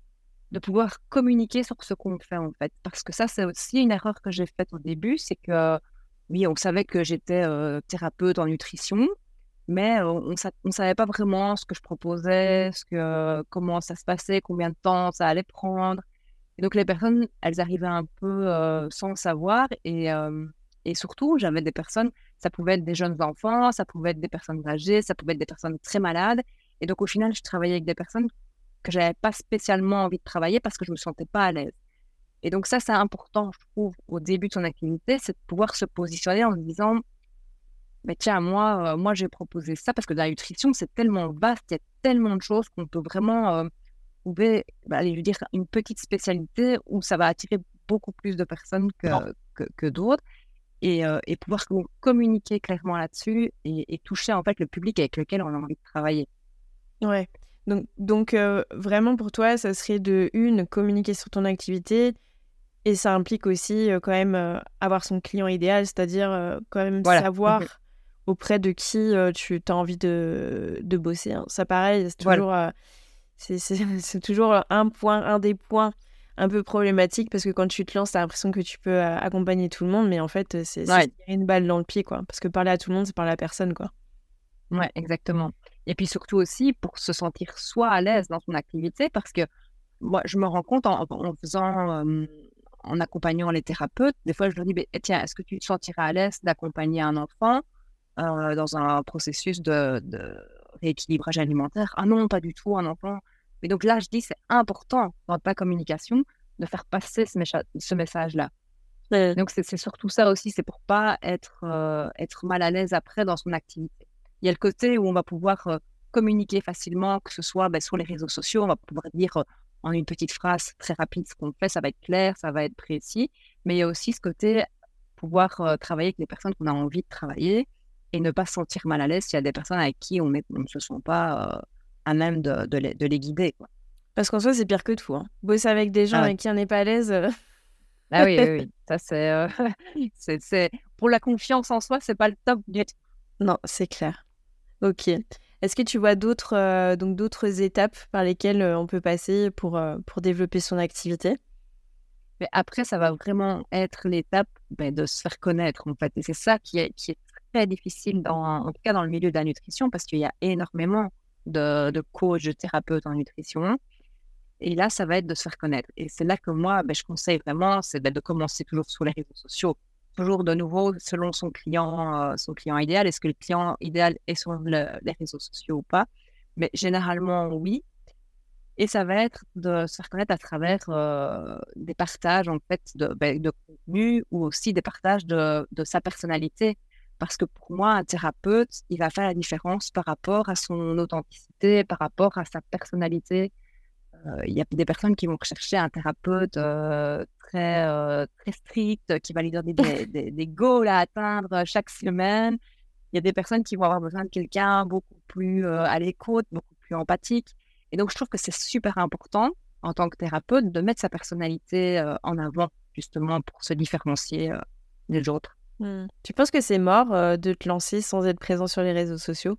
de pouvoir communiquer sur ce qu'on fait, en fait. Parce que ça, c'est aussi une erreur que j'ai faite au début, c'est que, oui, on savait que j'étais euh, thérapeute en nutrition, mais on ne savait pas vraiment ce que je proposais, ce que, comment ça se passait, combien de temps ça allait prendre. Et donc, les personnes, elles arrivaient un peu euh, sans le savoir. Et, euh, et surtout, j'avais des personnes, ça pouvait être des jeunes enfants, ça pouvait être des personnes âgées, ça pouvait être des personnes très malades. Et donc, au final, je travaillais avec des personnes que je n'avais pas spécialement envie de travailler parce que je ne me sentais pas à l'aise. Et donc, ça, c'est important, je trouve, au début de son activité, c'est de pouvoir se positionner en se disant, mais tiens, moi, euh, moi, j'ai proposé ça parce que dans la nutrition, c'est tellement vaste, il y a tellement de choses qu'on peut vraiment euh, trouver, bah, allez, je veux dire, une petite spécialité où ça va attirer beaucoup plus de personnes que, que, que d'autres et, euh, et pouvoir communiquer clairement là-dessus et, et toucher en fait le public avec lequel on a envie de travailler. Ouais. Donc, donc euh, vraiment pour toi, ça serait de une, communiquer sur ton activité et ça implique aussi euh, quand même euh, avoir son client idéal, c'est-à-dire euh, quand même Voilà. savoir Mmh. auprès de qui euh, tu as envie de, de bosser. Hein. Ça pareil, c'est Voilà. toujours, euh, c'est, c'est, c'est toujours un point, un des points un peu problématiques parce que quand tu te lances, tu as l'impression que tu peux euh, accompagner tout le monde, mais en fait, c'est, c'est Ouais. se tirer une balle dans le pied, quoi. Parce que parler à tout le monde, c'est parler à personne, quoi. Ouais, exactement. Et puis surtout aussi pour se sentir soi à l'aise dans son activité, parce que moi, je me rends compte en, en faisant, euh, en accompagnant les thérapeutes, des fois je leur dis, bah, tiens, est-ce que tu te sentirais à l'aise d'accompagner un enfant euh, dans un processus de, de rééquilibrage alimentaire? Ah non, pas du tout, un enfant. Mais donc là, je dis, c'est important dans ta communication de faire passer ce, mécha- ce message-là. Ouais. Donc c'est, c'est surtout ça aussi, c'est pour pas être, euh, être mal à l'aise après dans son activité. Il y a le côté où on va pouvoir euh, communiquer facilement, que ce soit ben, sur les réseaux sociaux, on va pouvoir dire euh, en une petite phrase très rapide ce qu'on fait, ça va être clair, ça va être précis. Mais il y a aussi ce côté pouvoir euh, travailler avec les personnes qu'on a envie de travailler et ne pas se sentir mal à l'aise s'il y a des personnes avec qui on, est, on ne se sent pas euh, à même de, de, les, de les guider, quoi. Parce qu'en soi, c'est pire que tout. Hein. Bosser avec des gens Ah, ouais. avec qui on n'est pas à l'aise. Euh... Ah oui, oui, oui. Ça, c'est, euh, c'est, c'est... Pour la confiance en soi, c'est pas le top du tout. Non, c'est clair. Ok. Est-ce que tu vois d'autres, euh, donc d'autres étapes par lesquelles euh, on peut passer pour, euh, pour développer son activité? Mais après, ça va vraiment être l'étape ben, de se faire connaître, en fait. Et c'est ça qui est, qui est très difficile, dans, en tout cas dans le milieu de la nutrition, parce qu'il y a énormément de, de coachs, de thérapeutes en nutrition. Et là, ça va être de se faire connaître. Et c'est là que moi, ben, je conseille vraiment, c'est ben, de commencer toujours sur les réseaux sociaux. Toujours de nouveau, selon son client, euh, son client idéal. Est-ce que le client idéal est sur le, les réseaux sociaux ou pas? Mais généralement, oui. Et ça va être de se faire connaître à travers euh, des partages en fait de, ben, de contenu ou aussi des partages de, de sa personnalité. Parce que pour moi, un thérapeute, il va faire la différence par rapport à son authenticité, par rapport à sa personnalité. Euh, Il y a des personnes qui vont rechercher un thérapeute euh, très, euh, très strict, qui va lui donner des, des, des goals à atteindre chaque semaine. Il y a des personnes qui vont avoir besoin de quelqu'un beaucoup plus euh, à l'écoute, beaucoup plus empathique. Et donc, je trouve que c'est super important, en tant que thérapeute, de mettre sa personnalité euh, en avant, justement, pour se différencier euh, des autres. Hmm. Tu penses que c'est mort euh, de te lancer sans être présent sur les réseaux sociaux?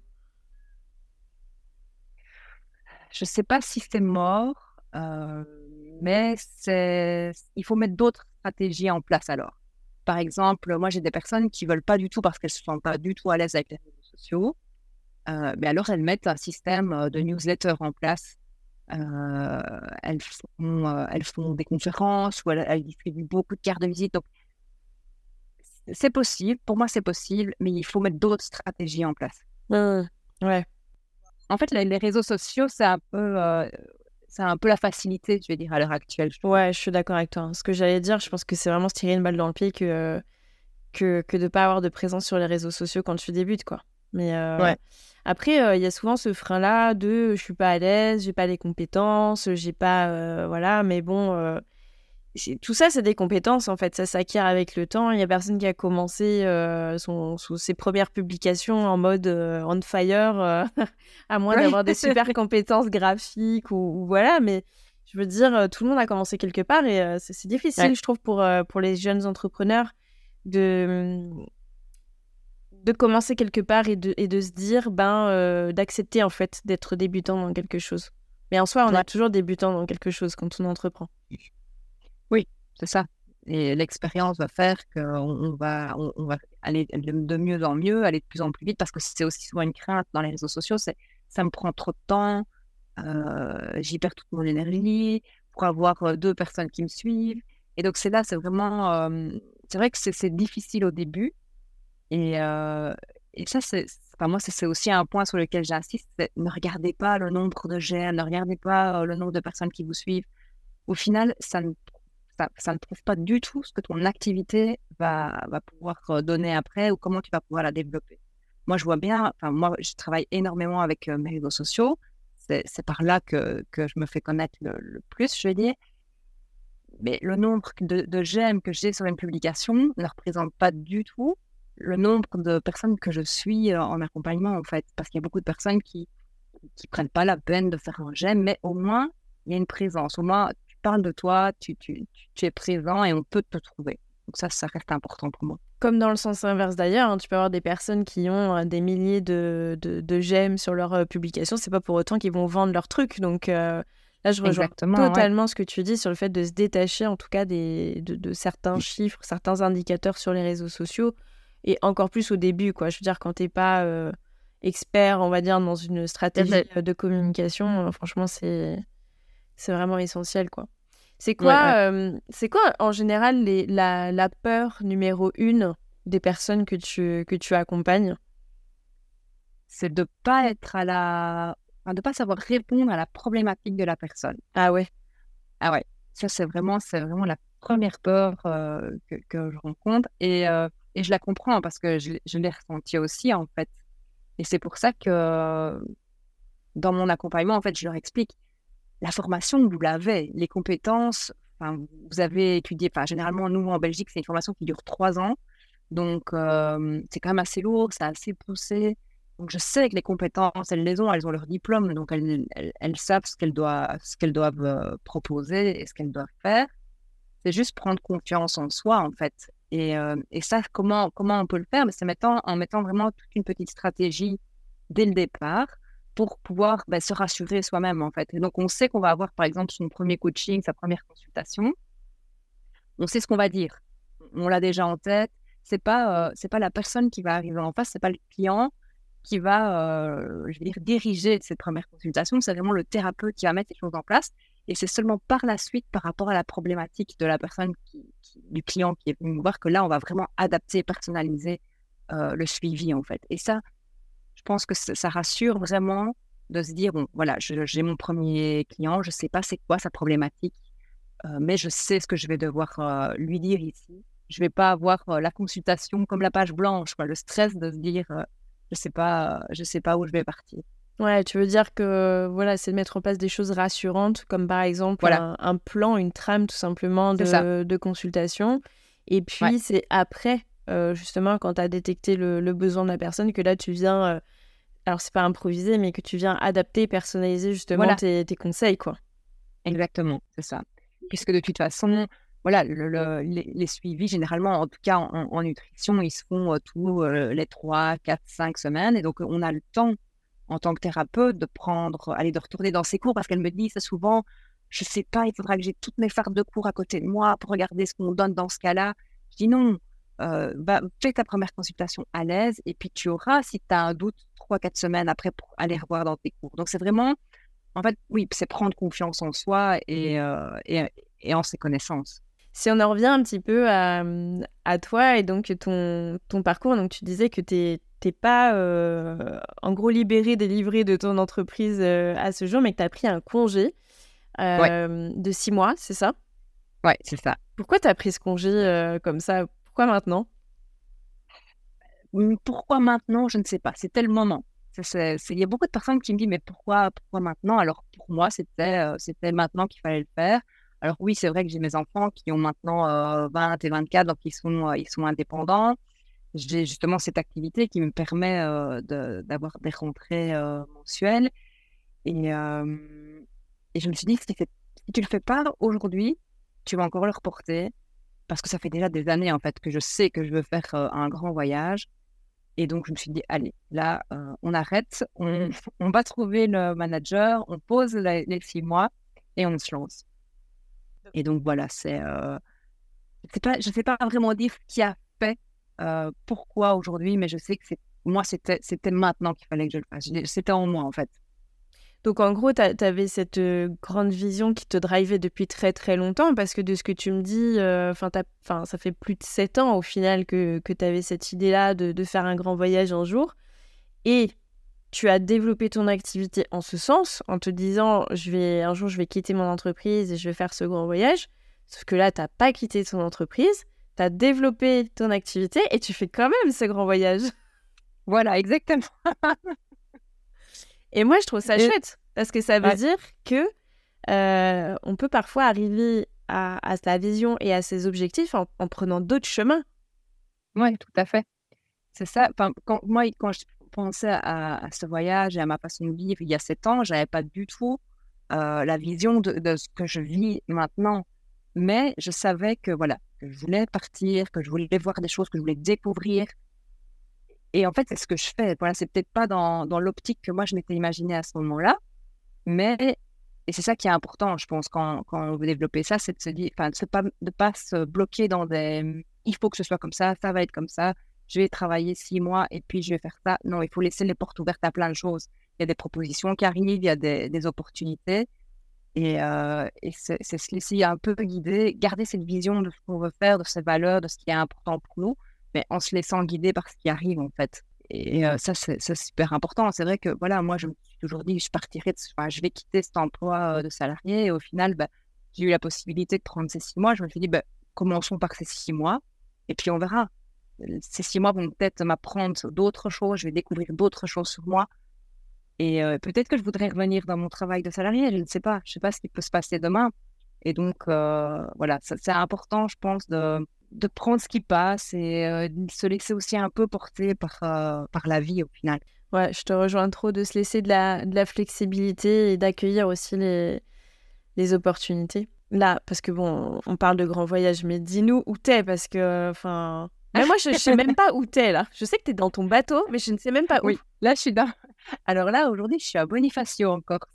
Je ne sais pas si c'est mort, euh, mais c'est... il faut mettre d'autres stratégies en place alors. Par exemple, moi, j'ai des personnes qui ne veulent pas du tout parce qu'elles ne se sentent pas du tout à l'aise avec les réseaux sociaux. Euh, mais alors, elles mettent un système de newsletter en place. Euh, elles, font, euh, elles font des conférences ou elles, elles distribuent beaucoup de cartes de visite. Donc, c'est possible. Pour moi, c'est possible, mais il faut mettre d'autres stratégies en place. Mmh. Ouais. En fait, les, les réseaux sociaux, c'est un peu, euh, c'est un peu la facilité, je vais dire, à l'heure actuelle. Je Ouais, je suis d'accord avec toi. Hein. Ce que j'allais dire, je pense que c'est vraiment se tirer une balle dans le pied que, euh, que, que de ne pas avoir de présence sur les réseaux sociaux quand tu débutes, quoi. Mais euh, ouais. après, il euh, y a souvent ce frein-là de je suis pas à l'aise, j'ai pas les compétences, j'ai pas... Euh, voilà, mais bon... Euh, tout ça, c'est des compétences, en fait. Ça s'acquiert avec le temps. Il y a personne qui a commencé euh, son, son, ses premières publications en mode euh, on fire, euh, à moins Ouais. d'avoir des super compétences graphiques ou, ou voilà. Mais je veux dire, tout le monde a commencé quelque part et euh, c'est, c'est difficile, ouais. je trouve, pour, euh, pour les jeunes entrepreneurs de, de commencer quelque part et de, et de se dire, ben, euh, d'accepter, en fait, d'être débutant dans quelque chose. Mais en soi, on ouais. est toujours débutant dans quelque chose quand on entreprend. Oui, c'est ça. Et l'expérience va faire qu'on on va, on, on va aller de, de mieux en mieux, aller de plus en plus vite, parce que c'est aussi souvent une crainte dans les réseaux sociaux, c'est ça me prend trop de temps, euh, j'y perds toute mon énergie pour avoir euh, deux personnes qui me suivent. Et donc c'est là, c'est vraiment, euh, c'est vrai que c'est, c'est difficile au début. Et, euh, et ça, c'est, enfin, moi, c'est, c'est aussi un point sur lequel j'insiste, c'est ne regardez pas le nombre de j'aime, ne regardez pas euh, le nombre de personnes qui vous suivent. Au final, ça ne, ça, ça ne prouve pas du tout ce que ton activité va, va pouvoir euh, donner après ou comment tu vas pouvoir la développer. Moi, je vois bien, enfin, moi, je travaille énormément avec euh, mes réseaux sociaux. C'est, c'est par là que, que je me fais connaître le, le plus, je vais dire. Mais le nombre de, de j'aime que j'ai sur une publication ne représente pas du tout le nombre de personnes que je suis euh, en accompagnement, en fait. Parce qu'il y a beaucoup de personnes qui qui prennent pas la peine de faire un j'aime, mais au moins, il y a une présence. Au moins, tu parles de toi, tu, tu, tu, tu es présent et on peut te trouver. Donc ça, ça reste important pour moi. Comme dans le sens inverse d'ailleurs, hein, tu peux avoir des personnes qui ont euh, des milliers de, de, de j'aime sur leurs euh, publications, c'est pas pour autant qu'ils vont vendre leur truc. Donc euh, là, je rejoins Exactement, totalement ouais. ce que tu dis sur le fait de se détacher en tout cas des, de, de certains chiffres, certains indicateurs sur les réseaux sociaux, et encore plus au début, quoi. Je veux dire, quand t'es pas euh, expert, on va dire, dans une stratégie euh, de communication, euh, franchement, c'est, c'est vraiment essentiel, quoi. C'est Ouais, quoi, ouais. euh, c'est quoi en général les, la, la peur numéro une des personnes que tu, que tu accompagnes? C'est de pas être à la... Enfin, de pas savoir répondre à la problématique de la personne. Ah ouais. Ah ouais, ça, c'est vraiment, c'est vraiment la première peur euh, que, que je rencontre. Et, euh, et je la comprends parce que je, l'ai- je l'ai ressenti aussi, en fait. Et c'est pour ça que dans mon accompagnement, en fait, je leur explique. La formation, vous l'avez. Les compétences, enfin, vous avez étudié. Enfin, généralement, nous, en Belgique, c'est une formation qui dure trois ans. Donc, euh, c'est quand même assez lourd, c'est assez poussé. Donc, je sais que les compétences, elles les ont, elles ont leur diplôme. Donc, elles, elles, elles savent ce qu'elles doivent, ce qu'elles doivent euh, proposer et ce qu'elles doivent faire. C'est juste prendre confiance en soi, en fait. Et, euh, et ça, comment, comment on peut le faire? Mais c'est mettant, en mettant vraiment toute une petite stratégie dès le départ pour pouvoir ben, se rassurer soi-même, en fait. Et donc, on sait qu'on va avoir, par exemple, son premier coaching, sa première consultation. On sait ce qu'on va dire. On l'a déjà en tête. C'est pas, euh, c'est pas la personne qui va arriver en face, c'est pas le client qui va, euh, je veux dire, diriger cette première consultation. C'est vraiment le thérapeute qui va mettre les choses en place. Et c'est seulement par la suite, par rapport à la problématique de la personne, qui, qui- du client qui est venu nous voir, que là, on va vraiment adapter, personnaliser euh, le suivi, en fait. Et ça, je pense que ça, ça rassure vraiment de se dire, bon, voilà, je- j'ai mon premier client, je ne sais pas c'est quoi sa problématique, euh, mais je sais ce que je vais devoir euh, lui dire ici. Je ne vais pas avoir euh, la consultation comme la page blanche, quoi, le stress de se dire, euh, je ne sais pas, euh, je sais pas où je vais partir. Ouais, tu veux dire que voilà, c'est de mettre en place des choses rassurantes, comme par exemple Voilà, un, un plan, une trame tout simplement c'est ça. de, de consultation. Et Ouais, puis c'est après, euh, justement, quand tu as détecté le, le besoin de la personne, que là tu viens, euh, alors c'est pas improviser, mais que tu viens adapter, personnaliser justement voilà, tes, tes conseils, quoi. exactement, c'est ça. Puisque de toute façon, voilà, le- le- les, les suivis, généralement, en tout cas en, en nutrition, ils se font euh, tous euh, les trois, quatre, cinq semaines. Et donc, on a le temps, en tant que thérapeute, de prendre, aller de retourner dans ses cours, parce qu'elle me dit, c'est souvent, je sais pas, il faudra que j'ai toutes mes phares de cours à côté de moi pour regarder ce qu'on donne dans ce cas-là. Je dis non, euh, bah, fais ta première consultation à l'aise, et puis tu auras, si tu as un doute, trois, quatre semaines après pour aller revoir dans tes cours. Donc, c'est vraiment, en fait, oui, c'est prendre confiance en soi et, euh, et, et en ses connaissances. Si on en revient un petit peu à, à toi et donc ton, ton parcours, donc tu disais que t'es t'es pas euh, en gros libéré, délivré de ton entreprise euh, à ce jour, mais que tu as pris un congé Ouais, euh, de six mois, c'est ça? ouais, c'est ça. Pourquoi tu as pris ce congé euh, comme ça? Pourquoi maintenant? Hum, Pourquoi maintenant? Je ne sais pas. C'était le moment. C'est- c'est- c'est- Il y a beaucoup de personnes qui me disent, mais pourquoi, pourquoi maintenant? Alors, pour moi, c'était euh, c'était maintenant qu'il fallait le faire. Alors, oui, c'est vrai que j'ai mes enfants qui ont maintenant euh, vingt et vingt-quatre, donc ils sont, euh, ils sont indépendants. J'ai justement cette activité qui me permet euh, de- d'avoir des rentrées euh, mensuelles. Et, euh, et je me suis dit, si, c'est- si tu le fais pas aujourd'hui, tu vas encore le reporter parce que ça fait déjà des années en fait que je sais que je veux faire euh, un grand voyage. Et donc, je me suis dit, allez, là, euh, on arrête, on, on va trouver le manager, on pose les, les six mois et on se lance. Et donc, voilà, c'est euh, c'est pas, je ne sais pas vraiment dire ce qui a fait, euh, pourquoi aujourd'hui, mais je sais que c'est, moi, c'était, c'était maintenant qu'il fallait que je le fasse. Je C'était en moi, en fait. Donc, en gros, tu avais cette euh, grande vision qui te drivait depuis très, très longtemps parce que de ce que tu me dis, euh, 'fin, t'as- 'fin, ça fait plus de sept ans au final que, que tu avais cette idée-là de, de faire un grand voyage un jour. Et tu as développé ton activité en ce sens, en te disant, je vais, un jour, je vais quitter mon entreprise et je vais faire ce grand voyage. Sauf que là, tu n'as pas quitté ton entreprise, tu as développé ton activité et tu fais quand même ce grand voyage. Voilà, exactement. Et moi, je trouve ça Et- chouette parce que ça veut Ouais. dire que euh, on peut parfois arriver à, à sa vision et à ses objectifs en, en prenant d'autres chemins. Ouais, tout à fait. C'est ça. Enfin, quand, moi, quand je pensais à, à ce voyage et à ma façon de vivre il y a sept ans, j'avais pas du tout euh, la vision de, de ce que je vis maintenant. Mais je savais que, voilà, que je voulais partir, que je voulais voir des choses, que je voulais découvrir. Et en fait, c'est ce que je fais. Voilà, c'est peut-être pas dans, dans l'optique que moi, je m'étais imaginée à ce moment-là, mais, et c'est ça qui est important, je pense, quand, quand on veut développer ça, c'est de se dire, enfin, de ne pas, de pas se bloquer dans des, il faut que ce soit comme ça, ça va être comme ça, je vais travailler six mois et puis je vais faire ça. Non, il faut laisser les portes ouvertes à plein de choses. Il y a des propositions qui arrivent, il y a des, des opportunités. Et, euh, et c'est, c'est se laisser un peu guider, garder cette vision de ce qu'on veut faire, de ses valeurs, de ce qui est important pour nous, mais en se laissant guider par ce qui arrive, en fait. Et euh, ça, c'est, c'est super important. C'est vrai que, voilà, moi, je me suis toujours dit, je partirai, de, enfin, je vais quitter cet emploi euh, de salarié. Et au final, bah, j'ai eu la possibilité de prendre ces six mois. Je me suis dit, bah, commençons par ces six mois, et puis on verra. Ces six mois vont peut-être m'apprendre d'autres choses, je vais découvrir d'autres choses sur moi. Et euh, peut-être que je voudrais revenir dans mon travail de salarié, je ne sais pas. Je ne sais pas ce qui peut se passer demain. Et donc, euh, voilà, ça, c'est important, je pense, de, de prendre ce qui passe et euh, de se laisser aussi un peu porter par, euh, par la vie au final. Ouais, je te rejoins trop de se laisser de la, de la flexibilité et d'accueillir aussi les, les opportunités. Là, parce que bon, on parle de grand voyage, mais dis-nous où t'es, parce que, enfin... Mais moi, je ne sais même pas où t'es, là. Je sais que t'es dans ton bateau, mais je ne sais même pas où. Oui, là, je suis dans... Alors là, aujourd'hui, je suis à Bonifacio en Corse.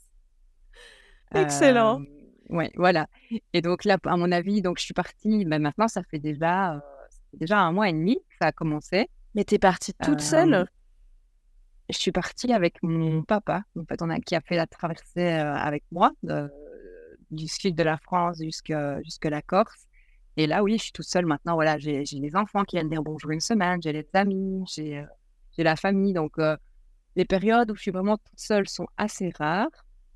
Excellent. Euh, ouais, voilà. Et donc là, à mon avis, donc je suis partie, ben maintenant, ça fait déjà, euh, ça fait déjà un mois et demi que ça a commencé. Mais t'es partie toute Euh, seule? je suis partie avec mon papa, en fait, on a, qui a fait la traversée euh, avec moi, de- du sud de la France jusque, jusque la Corse. Et là, oui, je suis toute seule maintenant. Voilà, j'ai, j'ai les enfants qui viennent dire bonjour une semaine, j'ai les amis, j'ai, euh, j'ai la famille. Donc, euh, les périodes où je suis vraiment toute seule sont assez rares.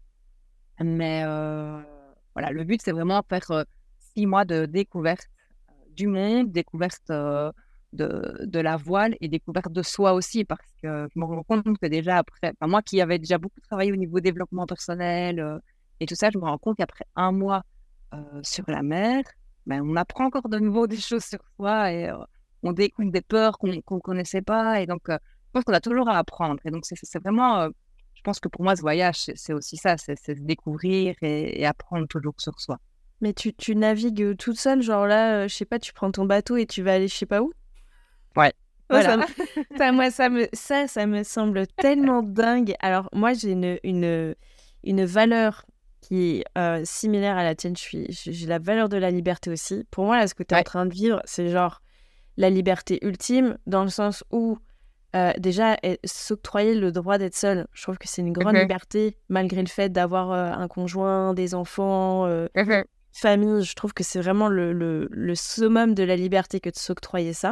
Mais euh, voilà, le but, c'est vraiment faire euh, six mois de découverte euh, du monde, découverte euh, de, de la voile et découverte de soi aussi, parce que je me rends compte que déjà après, enfin, moi qui avais déjà beaucoup travaillé au niveau développement personnel euh, et tout ça, je me rends compte qu'après un mois euh, sur la mer, ben, on apprend encore de nouveau des choses sur soi et euh, on découvre des peurs qu'on ne connaissait pas. Et donc, euh, je pense qu'on a toujours à apprendre. Et donc, c'est c'est vraiment... euh, je pense que pour moi, ce voyage, c'est c'est aussi ça, c'est c'est se découvrir et, et apprendre toujours sur soi. Mais tu, tu navigues toute seule, genre là, euh, je sais pas, tu prends ton bateau et tu vas aller je sais pas où? Ouais, Moi, ça voilà. me, ça, moi, ça me, ça, ça me semble tellement dingue. Alors, moi, j'ai une, une, une valeur qui est euh, similaire à la tienne. Je suis, j'ai la valeur de la liberté aussi. Pour moi, là, ce que tu es en Ouais. train de vivre, c'est genre la liberté ultime, dans le sens où, euh, déjà, eh, s'octroyer le droit d'être seule, je trouve que c'est une grande Mhm, liberté, malgré le fait d'avoir euh, un conjoint, des enfants, euh, mhm. famille. Je trouve que c'est vraiment le, le, le summum de la liberté que de s'octroyer ça.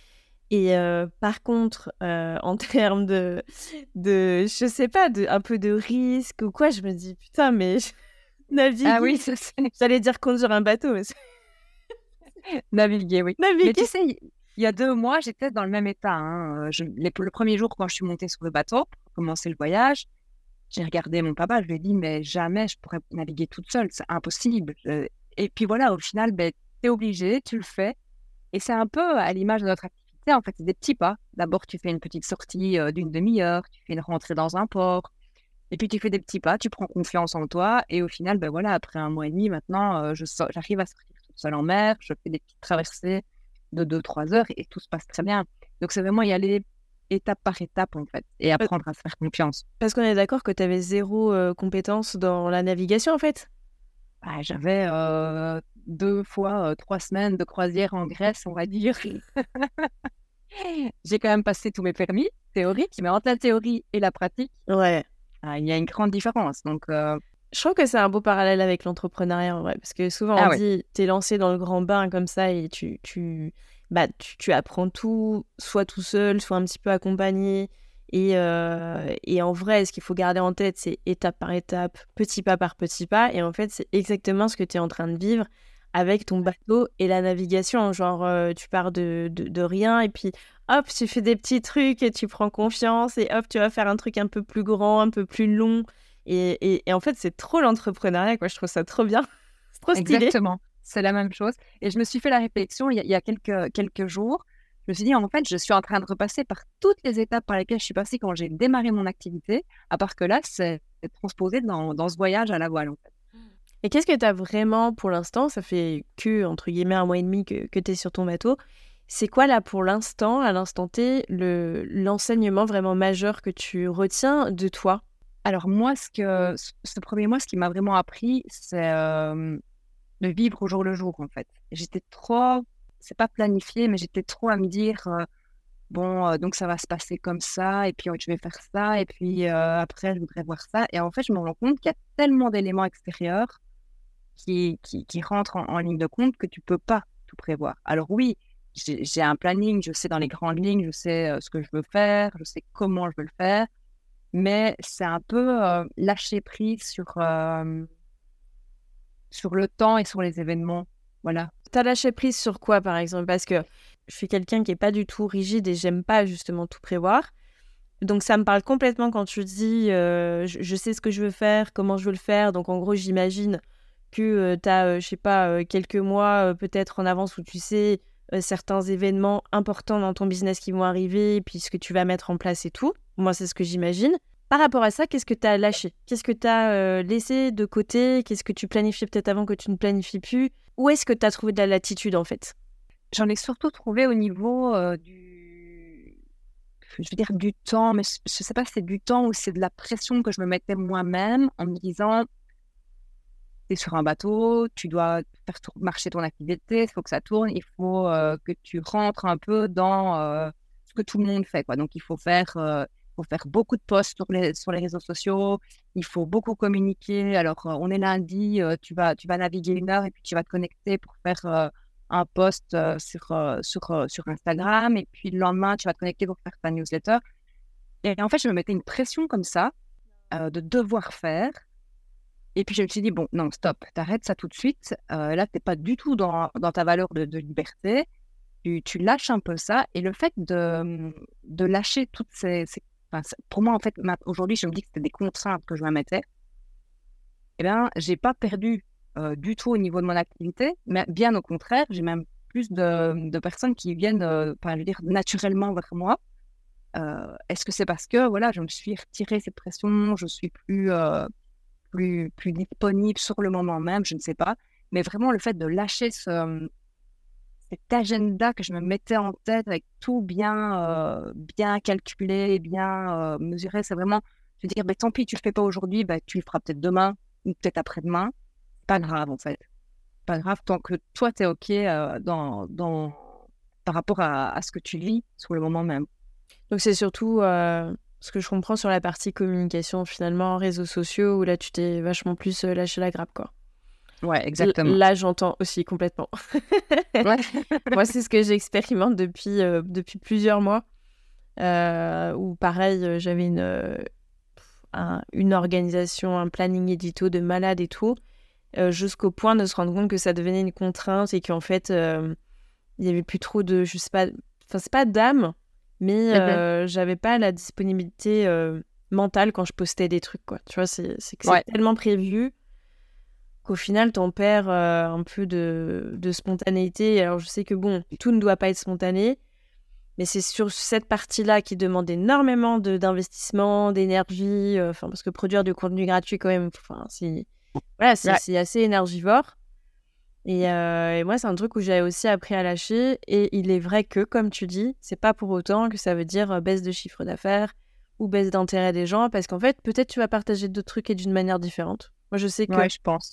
Et euh, par contre, euh, en termes de, de, je sais pas, de, un peu de risque ou quoi, je me dis, putain, mais Ah naviguer, oui, ça, c'est j'allais dire conduire un bateau, mais c'est- naviguer, oui. Mais naviguer. tu sais, il y a deux mois, j'étais dans le même état. Hein. Euh, Je, les- le premier jour, quand je suis montée sur le bateau pour commencer le voyage, j'ai regardé mon papa, je lui ai dit, mais jamais je pourrais naviguer toute seule, c'est impossible. Je- Et puis voilà, au final, ben, tu es obligé, tu le fais. Et c'est un peu à l'image de notre activité, en fait, c'est des petits pas. D'abord, tu fais une petite sortie euh, d'une demi-heure, tu fais une rentrée dans un port, et puis tu fais des petits pas, tu prends confiance en toi, et au final, ben voilà, après un mois et demi, maintenant, euh, je sors- j'arrive à sortir toute seule en mer, je fais des petites traversées de deux trois heures, et tout se passe très bien. Donc, c'est vraiment y aller étape par étape, en fait, et apprendre à se faire confiance. Parce qu'on est d'accord que tu avais zéro euh, compétence dans la navigation, en fait. bah, j'avais euh, deux fois euh, trois semaines de croisière en Grèce, on va dire. J'ai quand même passé tous mes permis théoriques, mais entre la théorie et la pratique, Ouais. ah, il y a une grande différence. Donc, euh, Je trouve que c'est un beau parallèle avec l'entrepreneuriat en vrai, parce que souvent on ah ouais, dit t'es lancé dans le grand bain comme ça et tu, tu, bah, tu, tu apprends tout, soit tout seul, soit un petit peu accompagné. Et, euh, et en vrai, ce qu'il faut garder en tête, c'est étape par étape, petit pas par petit pas. Et en fait, c'est exactement ce que tu es en train de vivre avec ton bateau et la navigation. Genre, euh, tu pars de, de, de rien et puis hop, tu fais des petits trucs et tu prends confiance et hop, tu vas faire un truc un peu plus grand, un peu plus long. Et, et, et en fait, c'est trop l'entrepreneuriat, quoi. Je trouve ça trop bien. C'est trop stylé. exactement. C'est la même chose. Et je me suis fait la réflexion il y a, il y a quelques, quelques jours. Je me suis dit, en fait, je suis en train de repasser par toutes les étapes par lesquelles je suis passée quand j'ai démarré mon activité, à part que là, c'est transposé dans, dans ce voyage à la voile, en fait. Et qu'est-ce que tu as vraiment pour l'instant? Ça fait que, entre guillemets, un mois et demi que, que tu es sur ton bateau. C'est quoi, là, pour l'instant, à l'instant T, le, l'enseignement vraiment majeur que tu retiens de toi? Alors moi, ce que ce ce premier mois, ce qui m'a vraiment appris, c'est euh, de vivre au jour le jour, en fait. J'étais trop, c'est pas planifié, mais j'étais trop à me dire, euh, bon, euh, donc ça va se passer comme ça, et puis euh, je vais faire ça, et puis euh, après, je voudrais voir ça. Et en fait, je me rends compte qu'il y a tellement d'éléments extérieurs qui, qui, qui rentrent en, en ligne de compte que tu peux pas tout prévoir. Alors oui, j'ai j'ai un planning, je sais dans les grandes lignes, je sais euh, ce que je veux faire, je sais comment je veux le faire, mais c'est un peu euh, lâcher prise sur, euh, sur le temps et sur les événements. Voilà. T'as lâché prise sur quoi, par exemple? Parce que je suis quelqu'un qui est pas du tout rigide et j'aime pas justement tout prévoir. Donc ça me parle complètement quand tu dis euh, je, je sais ce que je veux faire, comment je veux le faire. Donc en gros, j'imagine que tu as, je sais pas, euh, quelques mois euh, peut-être en avance où tu sais euh, certains événements importants dans ton business qui vont arriver, puis ce que tu vas mettre en place et tout. Moi, c'est ce que j'imagine. Par rapport à ça, qu'est-ce que tu as lâché? Qu'est-ce que tu as laissé de côté? Qu'est-ce que tu planifiais peut-être avant que tu ne planifies plus? Où est-ce que tu as trouvé de la latitude en fait? J'en ai surtout trouvé au niveau euh, du, je veux dire du temps, mais je ne sais pas si c'est du temps ou c'est de la pression que je me mettais moi-même en me disant, tu es sur un bateau, tu dois faire tour- marcher ton activité, il faut que ça tourne, il faut euh, que tu rentres un peu dans euh, ce que tout le monde fait, quoi. Donc, il faut faire, euh, faut faire beaucoup de posts sur les, sur les réseaux sociaux, il faut beaucoup communiquer. Alors, euh, on est lundi, euh, tu vas, tu vas naviguer une heure et puis tu vas te connecter pour faire euh, un post euh, sur, euh, sur, euh, sur Instagram et puis le lendemain, tu vas te connecter pour faire ta newsletter. Et en fait, je me mettais une pression comme ça euh, de devoir faire. Et puis je me suis dit, bon, non, stop, t'arrêtes ça tout de suite. Euh, là, t'es pas du tout dans, dans ta valeur de, de liberté. Tu, tu lâches un peu ça. Et le fait de, de lâcher toutes ces... ces- enfin, c'est- pour moi, en fait, ma- aujourd'hui, je me dis que c'était des contraintes que je me mettais. Eh bien, j'ai pas perdu euh, du tout au niveau de mon activité, mais bien au contraire, j'ai même plus de, de personnes qui viennent, euh, enfin, je veux dire, naturellement vers moi. Euh, est-ce que c'est parce que, voilà, je me suis retiré cette pression, je suis plus... euh, plus, plus disponible sur le moment même, je ne sais pas. Mais vraiment, le fait de lâcher ce, cet agenda que je me mettais en tête avec tout bien, euh, bien calculé, bien euh, mesuré, c'est vraiment se dire, bah, tant pis, tu le fais pas aujourd'hui, bah, tu le feras peut-être demain ou peut-être après-demain. Pas grave, en fait. Pas grave, tant que toi, tu es OK euh, dans, dans, par rapport à, à ce que tu vis sur le moment même. Donc c'est surtout euh, ce que je comprends sur la partie communication finalement, réseaux sociaux, où là tu t'es vachement plus euh, lâché la grappe quoi. Ouais, L- exactement. là j'entends aussi complètement. Ouais. Moi c'est ce que j'expérimente depuis, euh, depuis plusieurs mois. Euh, où pareil euh, j'avais une, euh, un- une organisation, un planning édito de malade et tout, euh, jusqu'au point de se rendre compte que ça devenait une contrainte et qu'en fait euh, il y avait plus trop de, je sais pas, enfin c'est pas d'âme, mais Mhm. euh, j'avais pas la disponibilité euh, mentale quand je postais des trucs quoi. Tu vois, c'est c'est que c'est Ouais. tellement prévu qu'au final t'en perds euh, un peu de, de spontanéité. Alors je sais que bon, tout ne doit pas être spontané, mais c'est sur cette partie-là qui demande énormément de d'investissement, d'énergie, euh, enfin parce que produire du contenu gratuit quand même, enfin c'est voilà, c'est Ouais. c'est assez énergivore. Et, euh, et moi, c'est un truc où j'ai aussi appris à lâcher. Et il est vrai que, comme tu dis, c'est pas pour autant que ça veut dire euh, baisse de chiffre d'affaires ou baisse d'intérêt des gens. Parce qu'en fait, peut-être tu vas partager d'autres trucs et d'une manière différente. Moi, je sais que Ouais, je pense.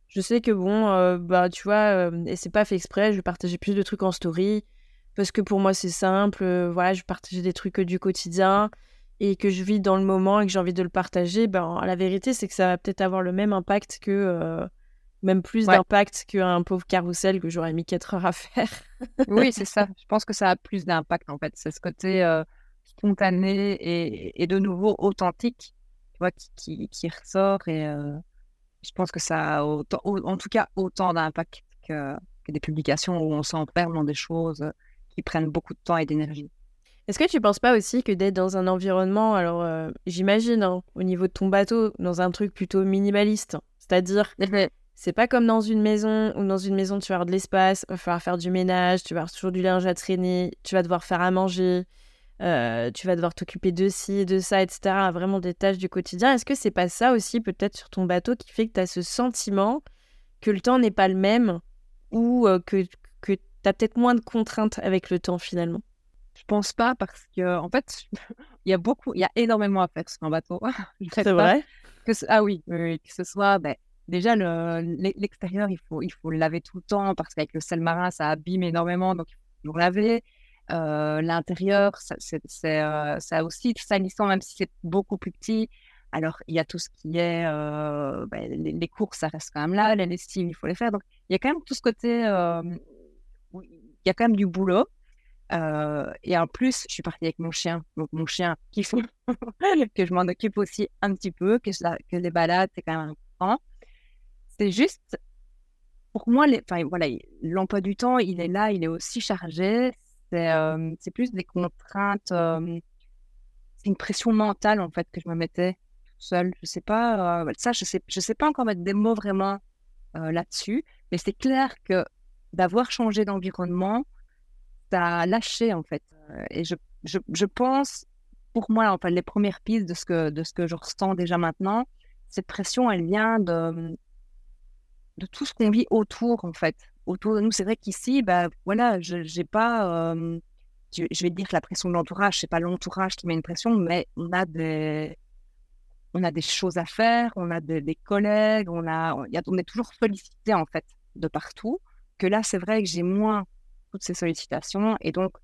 Je sais que bon, euh, bah tu vois, euh, et c'est pas fait exprès, je vais partager plus de trucs en story parce que pour moi c'est simple. euh, voilà, je vais partager des trucs euh, du quotidien et que je vis dans le moment et que j'ai envie de le partager. Ben la vérité c'est que ça va peut-être avoir le même impact que, euh, même plus Ouais, d'impact qu'un pauvre carrousel que j'aurais mis quatre heures à faire. oui, c'est ça. Je pense que ça a plus d'impact en fait. C'est ce côté euh, spontané et, et de nouveau authentique, tu vois, qui, qui, qui ressort et euh, je pense que ça a autant, au- en tout cas autant d'impact que, que des publications où on s'enferme dans des choses euh, qui prennent beaucoup de temps et d'énergie. Est-ce que tu penses pas aussi que d'être dans un environnement, alors euh, j'imagine hein, au niveau de ton bateau, dans un truc plutôt minimaliste, c'est-à-dire Mais c'est pas comme dans une maison où dans une maison tu vas avoir de l'espace, il va falloir faire du ménage, tu vas avoir toujours du linge à traîner, tu vas devoir faire à manger, euh, tu vas devoir t'occuper de ci, de ça, et cetera. Vraiment des tâches du quotidien. Est-ce que c'est pas ça aussi peut-être sur ton bateau qui fait que tu as ce sentiment que le temps n'est pas le même ou euh, que, que tu as peut-être moins de contraintes avec le temps finalement? je pense pas parce que en fait, il y a beaucoup, il y a énormément à faire sur un bateau. Je C'est rêve pas vrai? que ce- ah oui, oui, oui, que ce soit ben, déjà le l'e- l'extérieur, il faut il faut le laver tout le temps parce qu'avec le sel marin, ça abîme énormément, donc il faut toujours laver. Euh, l'intérieur, ça, c'est c'est, euh, ça aussi salissant, même si c'est beaucoup plus petit. Alors, il y a tout ce qui est euh, ben, les, les courses, ça reste quand même là, les lessives, il faut les faire. Donc, il y a quand même tout ce côté euh, où il y a quand même du boulot. Euh, et en plus, je suis partie avec mon chien. Donc, mon chien, qu'il faut que je m'en occupe aussi un petit peu, que, je la- que les balades, c'est quand même important. C'est juste, pour moi, les, enfin, voilà, il- l'emploi du temps, il est là, il est aussi chargé. C'est euh, c'est plus des contraintes, euh, c'est une pression mentale, en fait, que je me mettais toute seule. Je sais pas, euh, ça, je sais, je sais pas encore mettre des mots vraiment euh, là-dessus, mais c'est clair que d'avoir changé d'environnement, ça a lâché en fait. Euh, Et je, je, je pense, pour moi, enfin, les premières pistes de ce que, de ce que je ressens déjà maintenant, cette pression, elle vient de, de tout ce qu'on vit autour en fait. Autour de nous, c'est vrai qu'ici, bah, voilà, je j'ai pas, euh, je, je vais dire que la pression de l'entourage, c'est pas l'entourage qui met une pression, mais on a des, on a des choses à faire, on a des, des collègues, on a, il y a- on est toujours sollicité en fait de partout. Que là, c'est vrai que j'ai moins toutes ces sollicitations et donc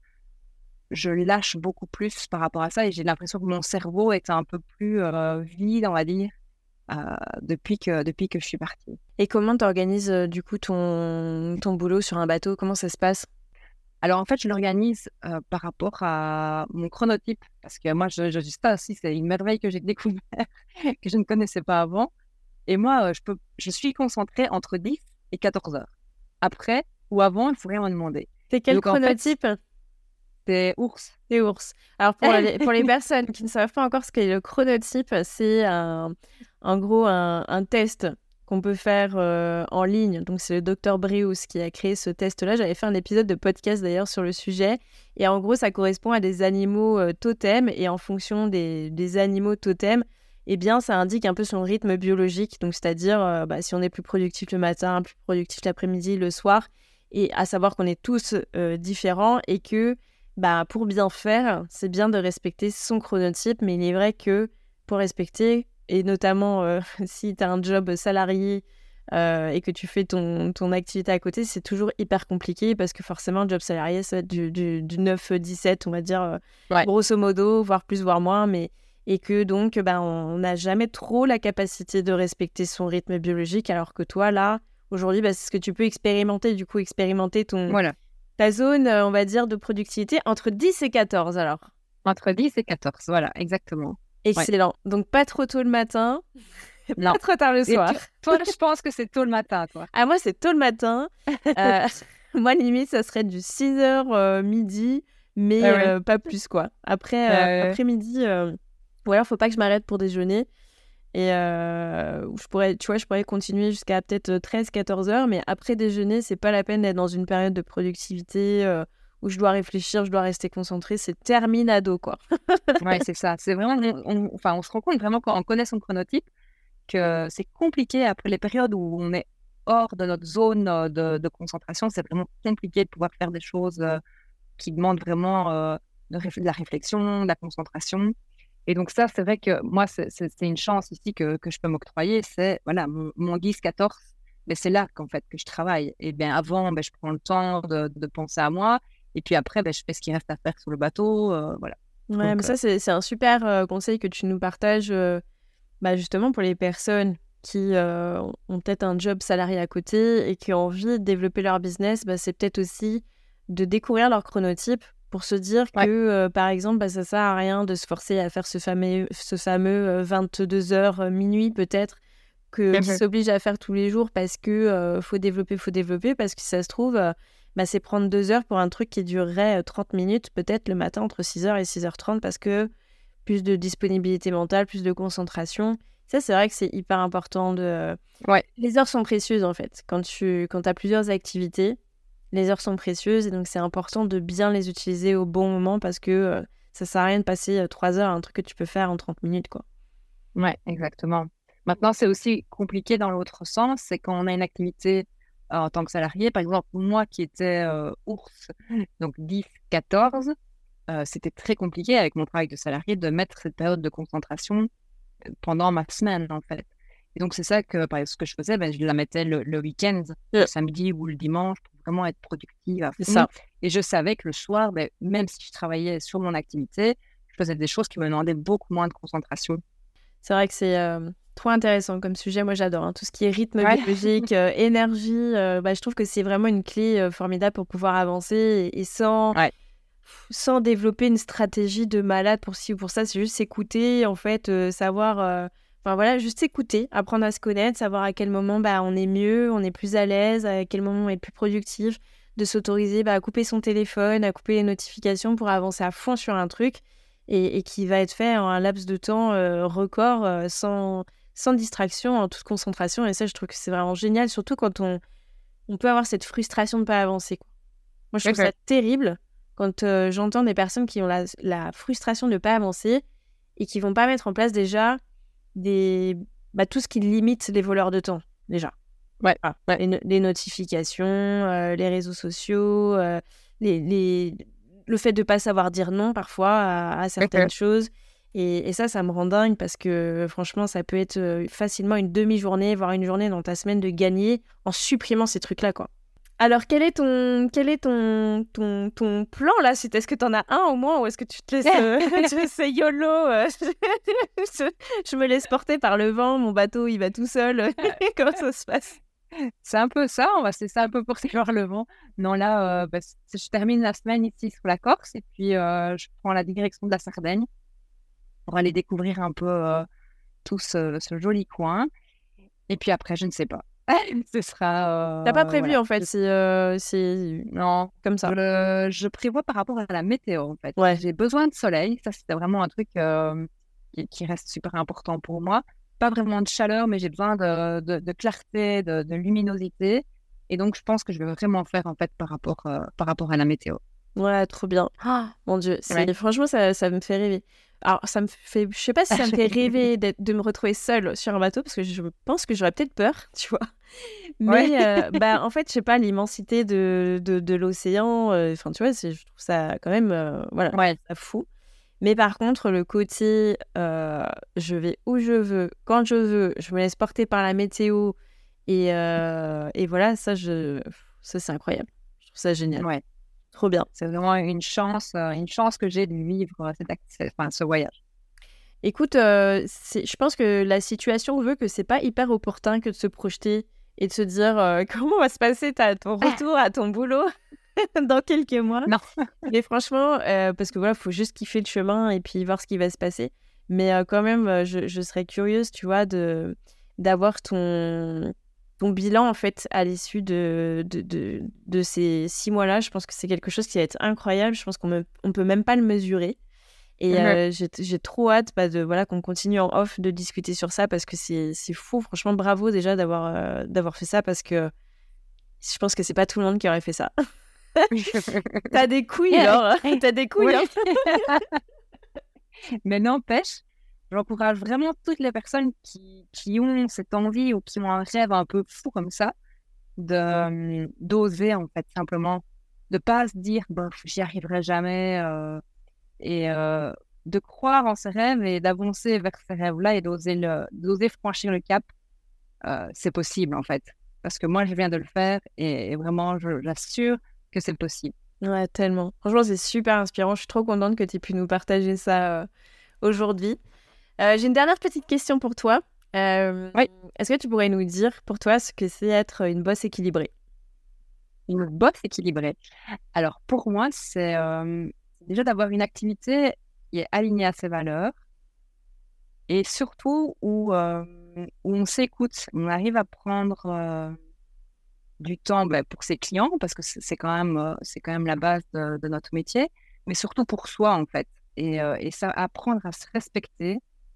je lâche beaucoup plus par rapport à ça et j'ai l'impression que mon cerveau est un peu plus euh, vide, on va dire, euh, depuis que, depuis que je suis partie. Et comment tu organises du coup ton, ton boulot sur un bateau? Comment ça se passe? Alors en fait, je l'organise euh, par rapport à mon chronotype parce que moi, je, je, ça aussi, c'est une merveille que j'ai découvert, que je ne connaissais pas avant. Et moi, euh, je, peux, je suis concentrée entre dix et quatorze heures. Après ou avant, il ne faut rien me demander. C'est Et quel donc en fait, chronotype? c'est ours. C'est ours. Alors pour les, pour les personnes qui ne savent pas encore ce qu'est le chronotype, c'est un, en gros un, un test qu'on peut faire euh, en ligne. Donc c'est le docteur Breus qui a créé ce test-là. J'avais fait un épisode de podcast d'ailleurs sur le sujet. Et en gros, ça correspond à des animaux euh, totems. Et en fonction des, des animaux totems, eh bien, ça indique un peu son rythme biologique. Donc c'est-à-dire euh, bah, si on est plus productif le matin, plus productif l'après-midi, le soir. Et à savoir qu'on est tous euh, différents et que bah, pour bien faire, c'est bien de respecter son chronotype, mais il est vrai que pour respecter, et notamment euh, si tu as un job salarié euh, et que tu fais ton, ton activité à côté, c'est toujours hyper compliqué parce que forcément, le job salarié, ça va être du, du, du neuf dix-sept, on va dire, euh, Ouais. grosso modo, voire plus, voire moins, mais et que donc, bah, on n'a jamais trop la capacité de respecter son rythme biologique, alors que toi, là, aujourd'hui, bah, c'est ce que tu peux expérimenter, du coup, expérimenter ton Voilà. ta zone, euh, on va dire, de productivité entre dix et quatorze, alors. Entre dix et quatorze, voilà, exactement. Ouais. Excellent. Donc, pas trop tôt le matin, Non. pas trop tard le Et soir. tu- toi, je pense que c'est tôt le matin, toi. Ah, moi, c'est tôt le matin. Euh, moi, limite, ça serait du six heures midi, mais Ah ouais. euh, pas plus, quoi. Après, euh, Euh, après-midi, euh, ou alors, faut pas que je m'arrête pour déjeuner. Et euh, je pourrais, tu vois, je pourrais continuer jusqu'à peut-être treize quatorze heures, mais après déjeuner, c'est pas la peine d'être dans une période de productivité euh, où je dois réfléchir, je dois rester concentrée. C'est terminado, quoi. ouais, c'est ça. C'est vraiment, on, on- enfin, on se rend compte vraiment quand on connaît son chronotype que c'est compliqué après les périodes où on est hors de notre zone euh, de, de concentration. C'est vraiment compliqué de pouvoir faire des choses euh, qui demandent vraiment euh, de, réf- de la réflexion, de la concentration. Et donc ça, c'est vrai que moi, c'est c'est- c'est une chance ici que, que je peux m'octroyer. C'est voilà, mon, mon dix quatorze, mais c'est là qu'en fait que je travaille. Et bien avant, ben, je prends le temps de, de penser à moi. Et puis après, ben, je fais ce qu'il reste à faire sur le bateau. euh, voilà. Ouais, mais Donc, euh, ça, c'est, c'est un super euh, conseil que tu nous partages, euh, bah, justement pour les personnes qui euh, ont ont peut-être un job salarié à côté et qui ont envie de développer leur business. Bah, c'est peut-être aussi de découvrir leur chronotype pour se dire que, ouais. euh, par exemple, bah, ça sert à rien de se forcer à faire ce fameux, ce fameux euh, vingt-deux heures, euh, minuit peut-être, que, qui s'oblige à faire tous les jours parce que euh, faut développer, faut développer, parce que si ça se trouve, euh, bah, c'est prendre deux heures pour un truc qui durerait euh, trente minutes, peut-être le matin entre six heures et six heures trente, parce que plus de disponibilité mentale, plus de concentration. Ça, c'est vrai que c'est hyper important de... Ouais. Les heures sont précieuses, en fait. Quand tu quand as plusieurs activités, les heures sont précieuses, et donc c'est important de bien les utiliser au bon moment, parce que euh, ça sert à rien de passer euh, trois heures à un truc que tu peux faire en trente minutes, quoi. Ouais, exactement. Maintenant, c'est aussi compliqué dans l'autre sens, c'est quand on a une activité euh, en tant que salarié. Par exemple, moi qui étais euh, ours, donc dix quatorze, euh, c'était très compliqué avec mon travail de salarié de mettre cette période de concentration euh, pendant ma semaine, en fait. Et donc, c'est ça que, par exemple, ce que je faisais, ben, je la mettais le, le week-end, Ouais. le samedi ou le dimanche, pour vraiment être productive à C'est fond. ça. Et je savais que le soir, ben, même si je travaillais sur mon activité, je faisais des choses qui me demandaient beaucoup moins de concentration. C'est vrai que c'est euh, trop intéressant comme sujet. Moi, j'adore, hein. Tout ce qui est rythme Ouais. biologique, euh, énergie, euh, bah, je trouve que c'est vraiment une clé euh, formidable pour pouvoir avancer, et, et sans, Ouais. sans développer une stratégie de malade pour ci ou pour ça. C'est juste s'écouter, en fait, euh, savoir... euh, Enfin voilà, juste s'écouter, apprendre à se connaître, savoir à quel moment bah, on est mieux, on est plus à l'aise, à quel moment on est plus productif, de s'autoriser bah, à couper son téléphone, à couper les notifications pour avancer à fond sur un truc, et, et qui va être fait en un laps de temps euh, record, euh, sans, sans distraction, en toute concentration. Et ça, je trouve que c'est vraiment génial, surtout quand on, on peut avoir cette frustration de ne pas avancer, quoi. Moi, je trouve Ok. ça terrible quand euh, j'entends des personnes qui ont la, la frustration de ne pas avancer et qui vont pas mettre en place déjà des... bah, tout ce qui limite les voleurs de temps, déjà. Ouais. Ah, Ouais. les, no- les notifications, euh, les réseaux sociaux, euh, les, les... le fait de ne pas savoir dire non parfois à, à certaines Ok. choses. Et, et ça, ça me rend dingue, parce que franchement, ça peut être euh, facilement une demi-journée, voire une journée dans ta semaine de gagner en supprimant ces trucs-là, quoi. Alors, quel est ton, quel est ton, ton, ton plan là? C'est- Est-ce que tu en as un au moins, ou est-ce que tu te laisses, euh, tu laisses YOLO, euh, je, je me laisse porter par le vent, mon bateau il va tout seul. Comment ça se passe? C'est un peu ça, on va c'est ça un peu pour voir le vent. Non, là, euh, bah, c- je termine la semaine ici sur la Corse et puis euh, je prends la direction de la Sardaigne pour aller découvrir un peu euh, tout ce, ce joli coin. Et puis après, je ne sais pas. Ce T'as pas sera, euh, prévu voilà. en fait, Je- c'est euh, c'est non, comme ça. je, je prévois par rapport à la météo, en fait. Ouais. J'ai besoin de soleil, ça c'était vraiment un truc euh, qui, qui reste super important pour moi. Pas vraiment de chaleur, mais j'ai besoin de, de, de clarté, de, de luminosité. Et donc, je pense que je vais vraiment faire, en fait, par rapport, euh, par rapport à la météo. Ouais, trop bien. Ah, mon Dieu, Ouais. c'est franchement ça, ça me fait rêver. Alors, ça me fait, je sais pas si ça me fait rêver d'être- de me retrouver seule sur un bateau, parce que je pense que j'aurais peut-être peur, tu vois. Ouais. Mais euh, bah en fait, je sais pas, l'immensité de, de, de l'océan, euh, enfin tu vois, c'est, je trouve ça quand même, euh, voilà, Ouais. ça fou. Mais par contre, le côté, euh, je vais où je veux, quand je veux, je me laisse porter par la météo, et, euh, et voilà, ça, je, ça c'est incroyable. Je trouve ça génial. Ouais. Trop bien. C'est vraiment une chance, euh, une chance que j'ai de vivre euh, cette, ac- enfin, ce voyage. Écoute, euh, c'est- je pense que la situation veut que c'est pas hyper opportun que de se projeter et de se dire euh, comment va se passer ta, ton retour à ton boulot dans quelques mois. Non. Mais franchement, euh, parce que voilà, faut juste kiffer le chemin et puis voir ce qui va se passer. Mais euh, quand même, euh, je, je serais curieuse, tu vois, de d'avoir ton ton bilan en fait à l'issue de, de, de, de ces six mois-là. Je pense que c'est quelque chose qui va être incroyable. Je pense qu'on me, on peut même pas le mesurer. Et Mhm. euh, j'ai, j'ai trop hâte bah, de, voilà, qu'on continue en off de discuter sur ça, parce que c'est, c'est fou. Franchement, bravo déjà d'avoir, euh, d'avoir fait ça, parce que je pense que c'est pas tout le monde qui aurait fait ça. T'as des couilles, alors. T'as des couilles, Oui. hein. Mais n'empêche, j'encourage vraiment toutes les personnes qui, qui ont cette envie ou qui ont un rêve un peu fou comme ça, de, euh, d'oser en fait simplement, de pas se dire bof, j'y arriverai jamais euh, et euh, de croire en ses rêves et d'avancer vers ces rêves-là et d'oser le, d'oser franchir le cap. Euh, c'est possible en fait. parce que moi, je viens de le faire et, et vraiment, je, j'assure que c'est possible. Ouais, tellement. Franchement, c'est super inspirant. Je suis trop contente que tu aies pu nous partager ça euh, aujourd'hui. Euh, j'ai une dernière petite question pour toi. Euh, Oui. Est-ce que tu pourrais nous dire pour toi ce que c'est être une boss équilibrée? Une bosse équilibrée. Alors, pour moi, c'est euh, déjà d'avoir une activité qui est alignée à ses valeurs et surtout où, euh, où on s'écoute, on arrive à prendre euh, du temps ben, pour ses clients parce que c'est, c'est, quand même, euh, c'est quand même la base de, de notre métier, mais surtout pour soi, en fait. Et, euh, et ça, apprendre à se respecter,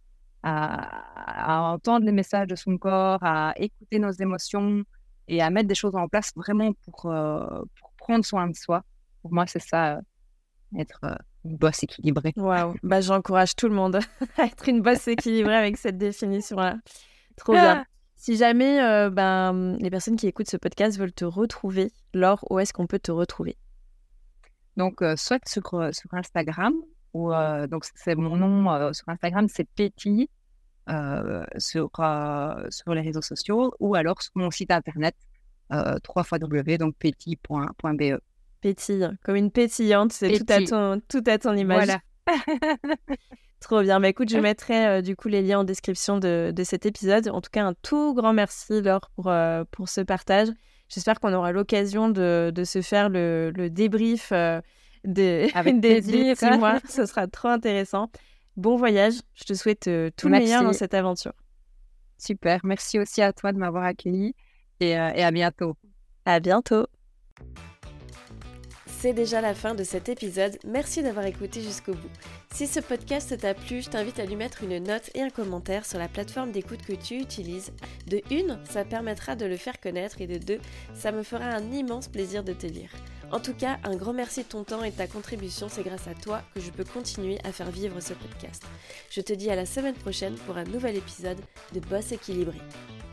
à, à entendre les messages de son corps, à écouter nos émotions et à mettre des choses en place vraiment pour, euh, pour prendre soin de soi. Pour moi, c'est ça, euh, être euh, une bosse équilibrée. Waouh, bah, j'encourage tout le monde à être une boss équilibrée avec cette définition-là. Trop bien. Si jamais euh, ben, les personnes qui écoutent ce podcast veulent te retrouver, Laure, où est-ce qu'on peut te retrouver? Donc, euh, soit sur, euh, sur Instagram, ou euh, donc c'est mon nom euh, sur Instagram, c'est Pétille, euh, sur, euh, sur les réseaux sociaux, ou alors sur mon site internet, euh, w w w point pétille point b e. Pétille, comme une pétillante, c'est tout à, ton, tout à ton image. Voilà. Trop bien. Bah, écoute, je mettrai euh, du coup les liens en description de, de cet épisode. En tout cas, un tout grand merci, Laure, pour, euh, pour ce partage. J'espère qu'on aura l'occasion de, de se faire le, le débrief euh, des, des dix mois. Ce sera trop intéressant. Bon voyage. Je te souhaite euh, tout merci. Le meilleur dans cette aventure. Super. Merci aussi à toi de m'avoir accueilli et, euh, et à bientôt. À bientôt. C'est déjà la fin de cet épisode. Merci d'avoir écouté jusqu'au bout. Si ce podcast t'a plu, je t'invite à lui mettre une note et un commentaire sur la plateforme d'écoute que tu utilises. De une, ça permettra de le faire connaître et de deux, ça me fera un immense plaisir de te lire. En tout cas, un grand merci de ton temps et de ta contribution. C'est grâce à toi que je peux continuer à faire vivre ce podcast. Je te dis à la semaine prochaine pour un nouvel épisode de Boss équilibré.